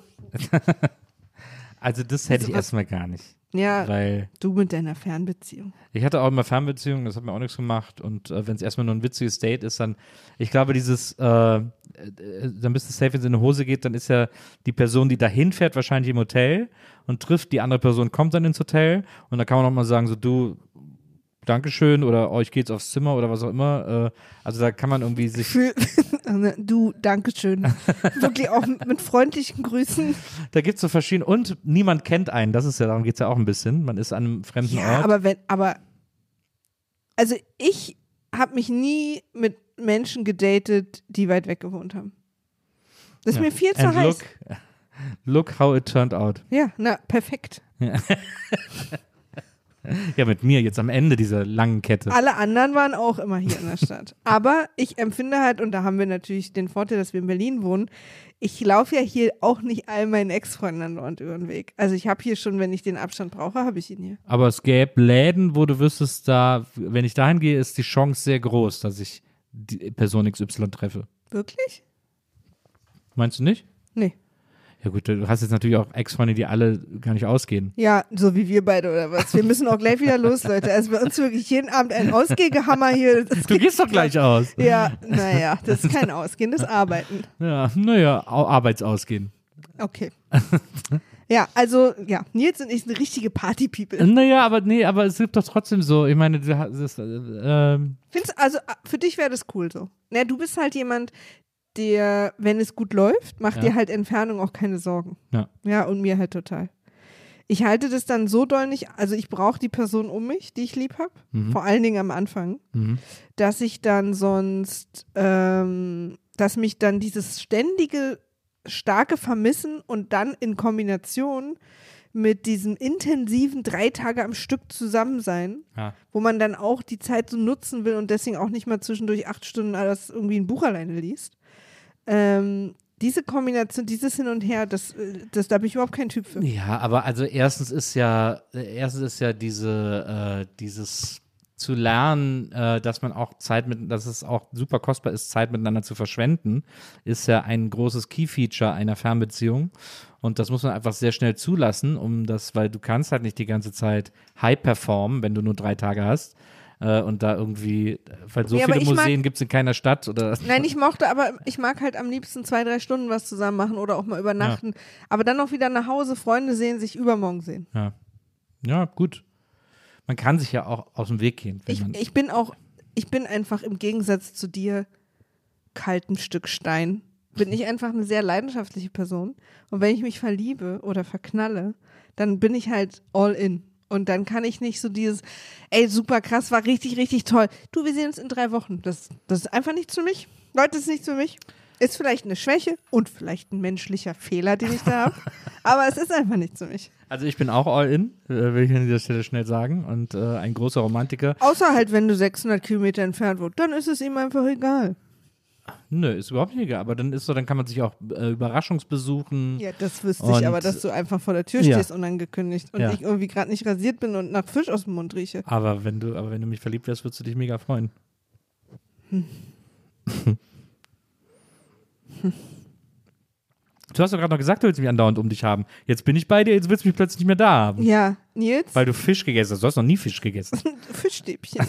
Also das hätte Also ich was- erstmal gar nicht. ja, Weil du mit deiner Fernbeziehung. ich hatte auch immer Fernbeziehungen, das hat mir auch nichts gemacht. Und äh, wenn es erstmal nur ein witziges Date ist, dann, ich glaube, dieses, äh, äh, dann bist du safe, wenn es in eine Hose geht, dann ist ja die Person, die dahin fährt, wahrscheinlich im Hotel und trifft, die andere Person kommt dann ins Hotel und dann kann man auch mal sagen, so du, Dankeschön oder euch geht's aufs Zimmer oder was auch immer. Äh, also da kann man irgendwie sich, Für, du, Dankeschön. Wirklich auch mit freundlichen Grüßen. da gibt's so verschiedene, und niemand kennt einen, das ist ja, darum geht's ja auch ein bisschen. Man ist an einem fremden Ja, Ort. aber wenn, aber, also ich habe mich nie mit Menschen gedatet, die weit weg gewohnt haben. Das ist Ja. mir viel zu And heiß. look, look how it turned out. Ja, na, perfekt. Ja, mit mir jetzt am Ende dieser langen Kette. Alle anderen waren auch immer hier in der Stadt. Aber ich empfinde halt, und da haben wir natürlich den Vorteil, dass wir in Berlin wohnen, ich laufe ja hier auch nicht all meinen Ex-Freunden andauernd über den Weg. Also ich habe hier schon, wenn ich den Abstand brauche, habe ich ihn hier. Aber es gäbe Läden, wo du wüsstest, da, wenn ich dahin gehe, ist die Chance sehr groß, dass ich die Person X Y treffe. Wirklich? Meinst du nicht? Nee. Ja gut, du hast jetzt natürlich auch Ex-Freunde, die alle gar nicht ausgehen. Ja, so wie wir beide oder was. Wir müssen auch gleich wieder los, Leute. Also bei uns wirklich jeden Abend ein Ausgehammer hier. Das Du gehst doch gleich aus. Ja, naja, das ist kein Ausgehen, das ist Arbeiten. Ja, naja, Au- Arbeitsausgehen. Okay. Ja, also, ja, Nils und ich sind richtige Party-People. Naja, aber nee, aber es gibt doch trotzdem so, ich meine, du hast das, äh, ähm, Findest, also für dich wäre das cool so. Na, du bist halt jemand, der, wenn es gut läuft, macht Ja. dir halt Entfernung auch keine Sorgen. Ja. Ja, und mir halt total. Ich halte das dann so doll nicht, also ich brauche die Person um mich, die ich lieb habe, Mhm. vor allen Dingen am Anfang, mhm. dass ich dann sonst, ähm, dass mich dann dieses ständige, starke Vermissen und dann in Kombination mit diesem intensiven drei Tage am Stück zusammen sein, Ja. wo man dann auch die Zeit so nutzen will und deswegen auch nicht mal zwischendurch acht Stunden alles irgendwie ein Buch alleine liest. Ähm, diese Kombination, dieses Hin und Her, das, das, da bin ich überhaupt kein Typ für. Ja, aber also erstens ist ja, erstens ist ja diese, äh, dieses zu lernen, äh, dass man auch Zeit mit, dass es auch super kostbar ist, Zeit miteinander zu verschwenden, ist ja ein großes Key-Feature einer Fernbeziehung. Und das muss man einfach sehr schnell zulassen, um das, weil du kannst halt nicht die ganze Zeit high performen, wenn du nur drei Tage hast. Äh, und da irgendwie, weil so Ja, aber viele ich mag- Museen gibt es in keiner Stadt. Oder Nein, ich mochte, aber ich mag halt am liebsten zwei, drei Stunden was zusammen machen oder auch mal übernachten. Aber dann auch wieder nach Hause, Freunde sehen, sich übermorgen sehen. Ja. Ja, gut. Man kann sich ja auch aus dem Weg gehen. Wenn Ich, man, ich bin auch, ich bin einfach im Gegensatz zu dir kalten Stück Stein. Bin ich einfach eine sehr leidenschaftliche Person. Und wenn ich mich verliebe oder verknalle, dann bin ich halt all in. Und dann kann ich nicht so dieses, ey, super krass, war richtig, richtig toll. Du, wir sehen uns in drei Wochen. Das, das ist einfach nichts für mich. Leute, das ist nichts für mich. Ist vielleicht eine Schwäche und vielleicht ein menschlicher Fehler, den ich da habe. Aber es ist einfach nichts für mich. Also ich bin auch all in, äh, will ich an dieser Stelle schnell sagen. Und äh, ein großer Romantiker. Außer halt, wenn du sechshundert Kilometer entfernt wohnst, dann ist es ihm einfach egal. Nö, ist überhaupt nicht egal. Aber dann ist so, dann kann man sich auch äh, Überraschungsbesuchen. Ja, das wüsste Und- ich, aber dass du einfach vor der Tür Ja. stehst, unangekündigt und Ja. ich irgendwie gerade nicht rasiert bin und nach Fisch aus dem Mund rieche. Aber wenn du, aber wenn du mich verliebt wärst, würdest du dich mega freuen. Du hast doch gerade noch gesagt, du willst mich andauernd um dich haben. Jetzt bin ich bei dir, jetzt willst du mich plötzlich nicht mehr da haben. Ja, Nils, Weil du Fisch gegessen hast. Du hast noch nie Fisch gegessen. Fischstäbchen.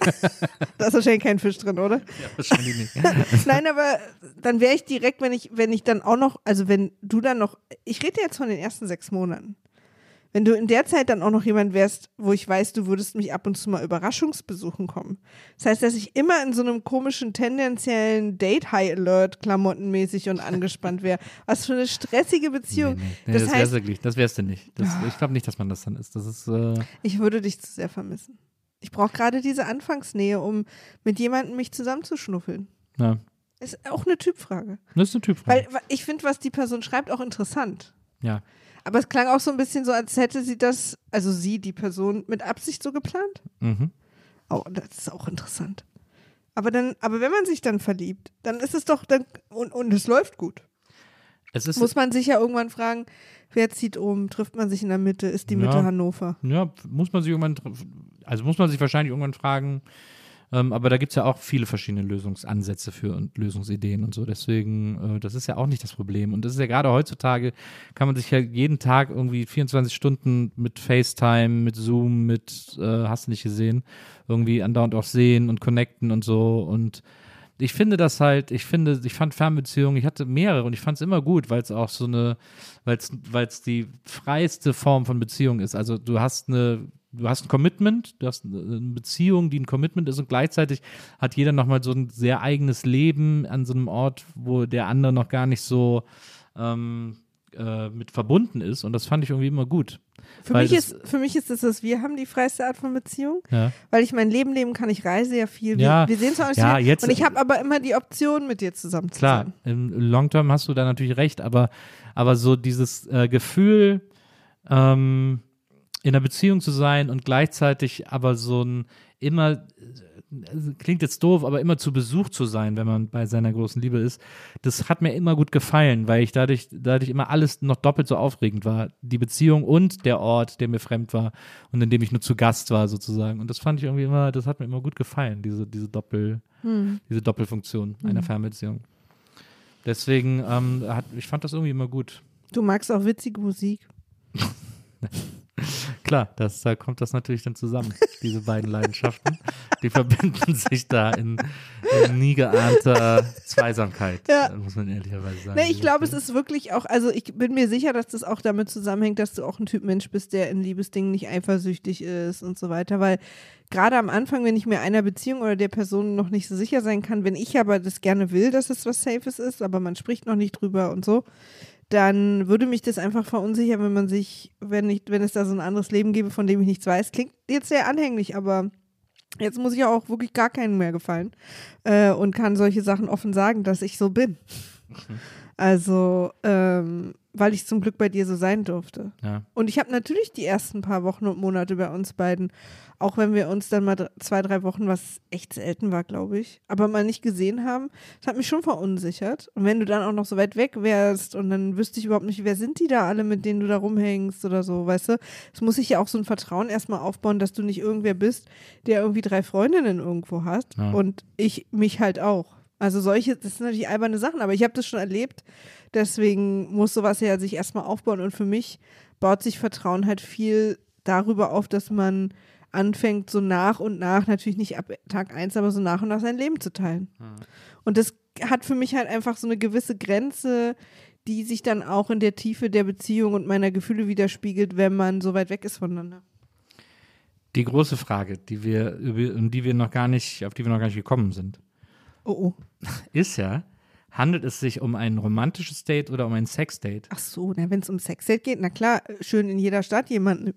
Da ist wahrscheinlich kein Fisch drin, oder? Ja, wahrscheinlich nicht. Nein, aber dann wäre ich direkt, wenn ich, wenn ich dann auch noch, also wenn du dann noch, ich rede jetzt von den ersten sechs Monaten. Wenn du in der Zeit dann auch noch jemand wärst, wo ich weiß, du würdest mich ab und zu mal Überraschungsbesuchen kommen. Das heißt, dass ich immer in so einem komischen, tendenziellen Date-High-Alert, klamottenmäßig und angespannt wäre. Was für eine stressige Beziehung. Nee, nee, Das das, heißt- wär's wirklich, das wärst du nicht. Das, ich glaube nicht, dass man das dann ist. Das ist, äh, Ich würde dich zu sehr vermissen. Ich brauche gerade diese Anfangsnähe, um mit jemandem mich zusammenzuschnuffeln. ja. Ist auch eine Typfrage. Das ist eine Typfrage. Weil weil ich finde, was die Person schreibt, auch interessant. Ja. Aber es klang auch so ein bisschen so, als hätte sie das, also sie, die Person, mit Absicht so geplant. Mhm. Oh, das ist auch interessant. Aber dann, aber wenn man sich dann verliebt, dann ist es doch, dann, und, und es läuft gut. Es ist, Muss man sich ja irgendwann fragen, wer zieht um, trifft man sich in der Mitte, ist die Ja. Mitte Hannover? ja, muss man sich irgendwann, also muss man sich wahrscheinlich irgendwann fragen, ähm, aber da gibt es ja auch viele verschiedene Lösungsansätze für und Lösungsideen und so. Deswegen, äh, das ist ja auch nicht das Problem. Und das ist ja gerade heutzutage, kann man sich ja jeden Tag irgendwie vierundzwanzig Stunden mit FaceTime, mit Zoom, mit, äh, hast du nicht gesehen, irgendwie andauernd auch sehen und connecten und so. Und ich finde das halt, ich finde, ich fand Fernbeziehungen, ich hatte mehrere und ich fand es immer gut, weil es auch so eine, weil es, weil es die freiste Form von Beziehung ist. Also du hast eine, du hast ein Commitment, du hast eine Beziehung, die ein Commitment ist und gleichzeitig hat jeder nochmal so ein sehr eigenes Leben an so einem Ort, wo der andere noch gar nicht so ähm, äh, mit verbunden ist und das fand ich irgendwie immer gut. Für Weil mich, das- ist, für mich ist es das, wir haben die freiste Art von Beziehung, Ja. weil ich mein Leben leben kann, ich reise ja viel, wir, Ja. wir sehen zwar auch nicht Ja, viel, jetzt- und ich habe aber immer die Option, mit dir zusammen zu Klar, sein. im Long Term hast du da natürlich recht, aber, aber so dieses äh, Gefühl, ähm, in einer Beziehung zu sein und gleichzeitig aber so ein immer, äh, klingt jetzt doof, aber immer zu Besuch zu sein, wenn man bei seiner großen Liebe ist, das hat mir immer gut gefallen, weil ich dadurch, dadurch immer alles noch doppelt so aufregend war. Die Beziehung und der Ort, der mir fremd war und in dem ich nur zu Gast war sozusagen. Und das fand ich irgendwie immer, das hat mir immer gut gefallen, diese, diese Doppel, Hm. diese Doppelfunktion einer Fernbeziehung. Deswegen, ähm, hat, ich fand das irgendwie immer gut. Du magst auch witzige Musik. Klar, das, da kommt das natürlich dann zusammen, diese beiden Leidenschaften. Die verbinden sich da in, in nie geahnter Zweisamkeit, Ja. muss man ehrlicherweise sagen. Nee, ich glaube, es ist wirklich auch, also ich bin mir sicher, dass das auch damit zusammenhängt, dass du auch ein Typ Mensch bist, der in Liebesdingen nicht eifersüchtig ist und so weiter, weil gerade am Anfang, wenn ich mir einer Beziehung oder der Person noch nicht so sicher sein kann, wenn ich aber das gerne will, dass es was Safes ist, aber man spricht noch nicht drüber und so, dann würde mich das einfach verunsichern, wenn man sich, wenn ich, wenn es da so ein anderes Leben gäbe, von dem ich nichts weiß. Klingt jetzt sehr anhänglich, aber jetzt muss ich auch wirklich gar keinen mehr gefallen äh, und kann solche Sachen offen sagen, dass ich so bin. Also, ähm, weil ich zum Glück bei dir so sein durfte. Ja. Und ich habe natürlich die ersten paar Wochen und Monate bei uns beiden, auch wenn wir uns dann mal dr- zwei, drei Wochen, was echt selten war, glaube ich, aber mal nicht gesehen haben, das hat mich schon verunsichert. Und wenn du dann auch noch so weit weg wärst und dann wüsste ich überhaupt nicht, wer sind die da alle, mit denen du da rumhängst oder so, weißt du? Es muss sich ja auch so ein Vertrauen erstmal aufbauen, dass du nicht irgendwer bist, der irgendwie drei Freundinnen irgendwo hat Ja. und ich mich halt auch. Also solche, das sind natürlich alberne Sachen, aber ich habe das schon erlebt, deswegen muss sowas ja sich erstmal aufbauen und für mich baut sich Vertrauen halt viel darüber auf, dass man anfängt, so nach und nach, natürlich nicht ab Tag eins, aber so nach und nach sein Leben zu teilen. Mhm. Und das hat für mich halt einfach so eine gewisse Grenze, die sich dann auch in der Tiefe der Beziehung und meiner Gefühle widerspiegelt, wenn man so weit weg ist voneinander. Die große Frage, die wir, über- um die wir noch gar nicht, auf die wir noch gar nicht gekommen sind, Oh, oh. ist ja, handelt es sich um ein romantisches Date oder um ein Sexdate? Ach so, wenn es um Sexdate geht, na klar, schön in jeder Stadt jemanden.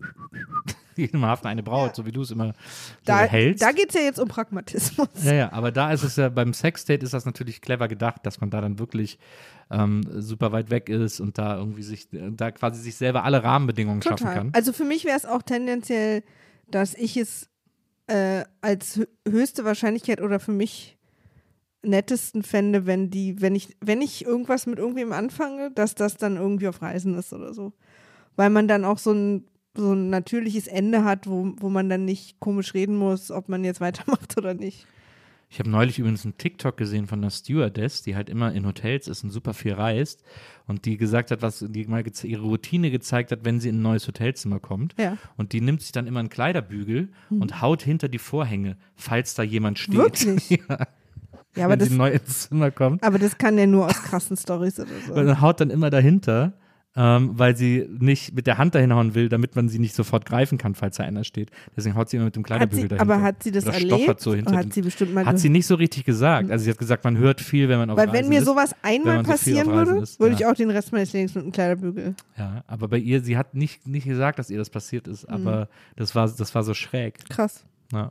Jedem Hafen eine Braut, Ja. so wie du es immer Da, so hältst. da geht es ja jetzt um Pragmatismus. Ja, ja, aber da ist es ja, beim Sexdate ist das natürlich clever gedacht, dass man da dann wirklich ähm, super weit weg ist und da irgendwie sich, da quasi sich selber alle Rahmenbedingungen schaffen Total. kann. Also für mich wäre es auch tendenziell, dass ich es äh, als hö- höchste Wahrscheinlichkeit oder für mich nettesten fände, wenn die, wenn ich, wenn ich irgendwas mit irgendwem anfange, dass das dann irgendwie auf Reisen ist oder so. Weil man dann auch so ein, so ein natürliches Ende hat, wo, wo man dann nicht komisch reden muss, ob man jetzt weitermacht oder nicht. Ich habe neulich übrigens einen TikTok gesehen von einer Stewardess, die halt immer in Hotels ist und super viel reist und die gesagt hat, was die mal geze- ihre Routine gezeigt hat, wenn sie in ein neues Hotelzimmer kommt. Ja. Und die nimmt sich dann immer einen Kleiderbügel und haut hinter die Vorhänge, falls da jemand steht. Wirklich? ja, Ja, aber wenn das, sie neu ins Zimmer kommt. aber das kann ja nur aus krassen Storys oder so. Und haut dann immer dahinter, ähm, weil sie nicht mit der Hand dahin hauen will, damit man sie nicht sofort greifen kann, falls da einer steht. Deswegen haut sie immer mit dem Hat Kleiderbügel sie, dahinter. aber hat sie das Oder erlebt? stochert so hinter Oder den- hat sie bestimmt mal Hat sie nicht so richtig gesagt. Also sie hat gesagt, man hört viel, wenn man auf Weil Reisen wenn mir ist. sowas einmal man so viel passieren auf Reisen würde, ist, würde ja. ich auch den Rest meines Lebens mit einem Kleiderbügel. Ja, aber bei ihr, sie hat nicht, nicht gesagt, dass ihr das passiert ist, aber das war, das war so schräg. Krass. Ja.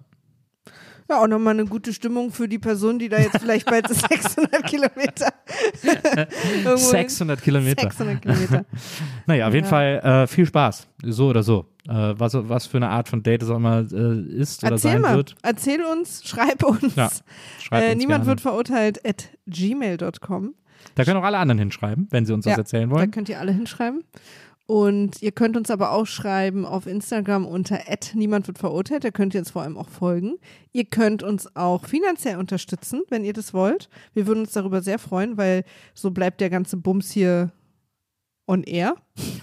Ja, auch nochmal eine gute Stimmung für die Person, die da jetzt vielleicht bald sechshundert Kilometer. irgendwo hin- sechshundert Kilometer. sechshundert Kilometer. Naja, auf jeden Ja. Fall äh, viel Spaß. So oder so. Äh, was, was für eine Art von Date es auch immer äh, ist oder Erzähl sein mal, wird. erzähl uns, schreib uns. Ja, schreibt äh, uns niemand gerne. wird verurteilt at gmail dot com. Da können auch alle anderen hinschreiben, wenn sie uns Ja, das erzählen Da wollen. könnt ihr alle hinschreiben. Und ihr könnt uns aber auch schreiben auf Instagram unter at niemand wird verurteilt. Da könnt ihr uns vor allem auch folgen. Ihr könnt uns auch finanziell unterstützen, wenn ihr das wollt. Wir würden uns darüber sehr freuen, weil so bleibt der ganze Bums hier on air.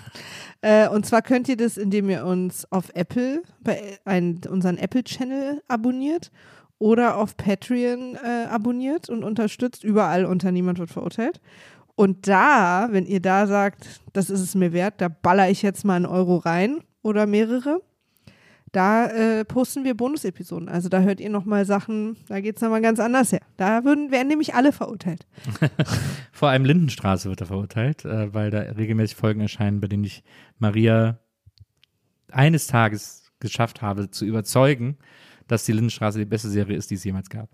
äh, und zwar könnt ihr das, indem ihr uns auf Apple, bei ein, unseren Apple-Channel abonniert oder auf Patreon äh, abonniert und unterstützt. Überall unter niemand wird verurteilt. Und da, wenn ihr da sagt, das ist es mir wert, da baller ich jetzt mal einen Euro rein oder mehrere, da äh, posten wir Bonus-Episoden. Also da hört ihr nochmal Sachen, da geht es nochmal ganz anders her. Da würden, werden nämlich alle verurteilt. Vor allem Lindenstraße wird er verurteilt, äh, weil da regelmäßig Folgen erscheinen, bei denen ich Maria eines Tages geschafft habe, zu überzeugen, dass die Lindenstraße die beste Serie ist, die es jemals gab.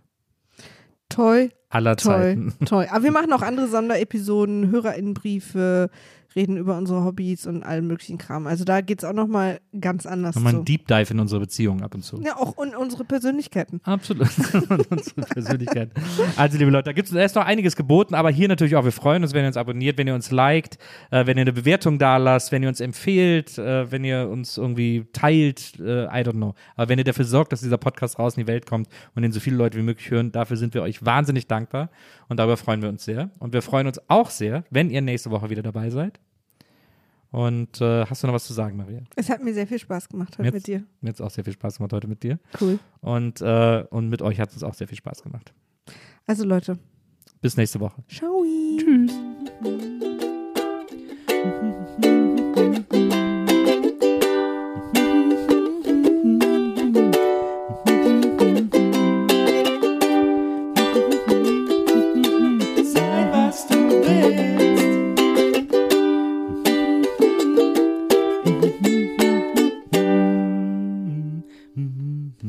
Toll, Aller toll, Zeiten. toll. Aber wir machen auch andere Sonderepisoden, HörerInnenbriefe, reden über unsere Hobbys und allen möglichen Kram. Also da geht es auch nochmal ganz anders Nochmal zu. ein Deep Dive in unsere Beziehung ab und zu. Ja, auch in unsere Persönlichkeiten. Absolut. Und unsere Persönlichkeit. Also, liebe Leute, da gibt es erst noch einiges geboten, aber hier natürlich auch, wir freuen uns, wenn ihr uns abonniert, wenn ihr uns liked, äh, wenn ihr eine Bewertung da lasst, wenn ihr uns empfehlt, äh, wenn ihr uns irgendwie teilt, äh, I don't know. Aber wenn ihr dafür sorgt, dass dieser Podcast raus in die Welt kommt und den so viele Leute wie möglich hören, dafür sind wir euch wahnsinnig dankbar und darüber freuen wir uns sehr. Und wir freuen uns auch sehr, wenn ihr nächste Woche wieder dabei seid. Und äh, hast du noch was zu sagen, Maria? Es hat mir sehr viel Spaß gemacht heute Jetzt- mit dir. Mir hat es auch sehr viel Spaß gemacht heute mit dir. Cool. Und, äh, und mit euch hat es auch sehr viel Spaß gemacht. Also Leute, Bis nächste Woche. ciao. Tschüss. Sei, was du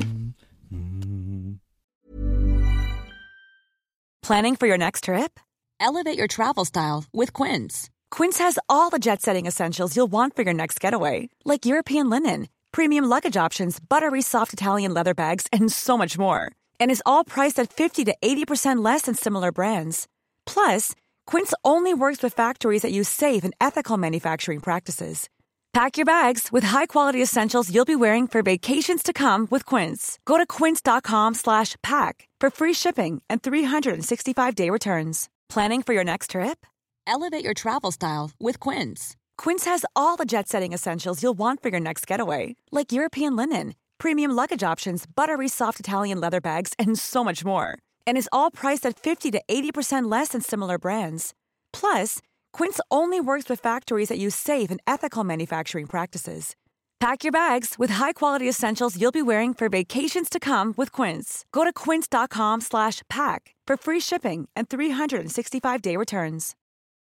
Planning for your next trip? Elevate your travel style with Quince. Quince has all the jet-setting essentials you'll want for your next getaway, like European linen, premium luggage options, buttery soft Italian leather bags, and so much more. And is all priced at fifty to eighty percent less than similar brands. Plus, Quince only works with factories that use safe and ethical manufacturing practices. Pack your bags with high-quality essentials you'll be wearing for vacations to come with Quince. Go to quince.com slash pack for free shipping and three sixty-five day returns. Planning for your next trip? Elevate your travel style with Quince. Quince has all the jet-setting essentials you'll want for your next getaway, like European linen, premium luggage options, buttery soft Italian leather bags, and so much more. And is all priced at fifty to eighty percent less than similar brands. Plus, Quince only works with factories that use safe and ethical manufacturing practices. Pack your bags with high-quality essentials you'll be wearing for vacations to come with Quince. Go to quince.com slash pack for free shipping and three sixty-five day returns.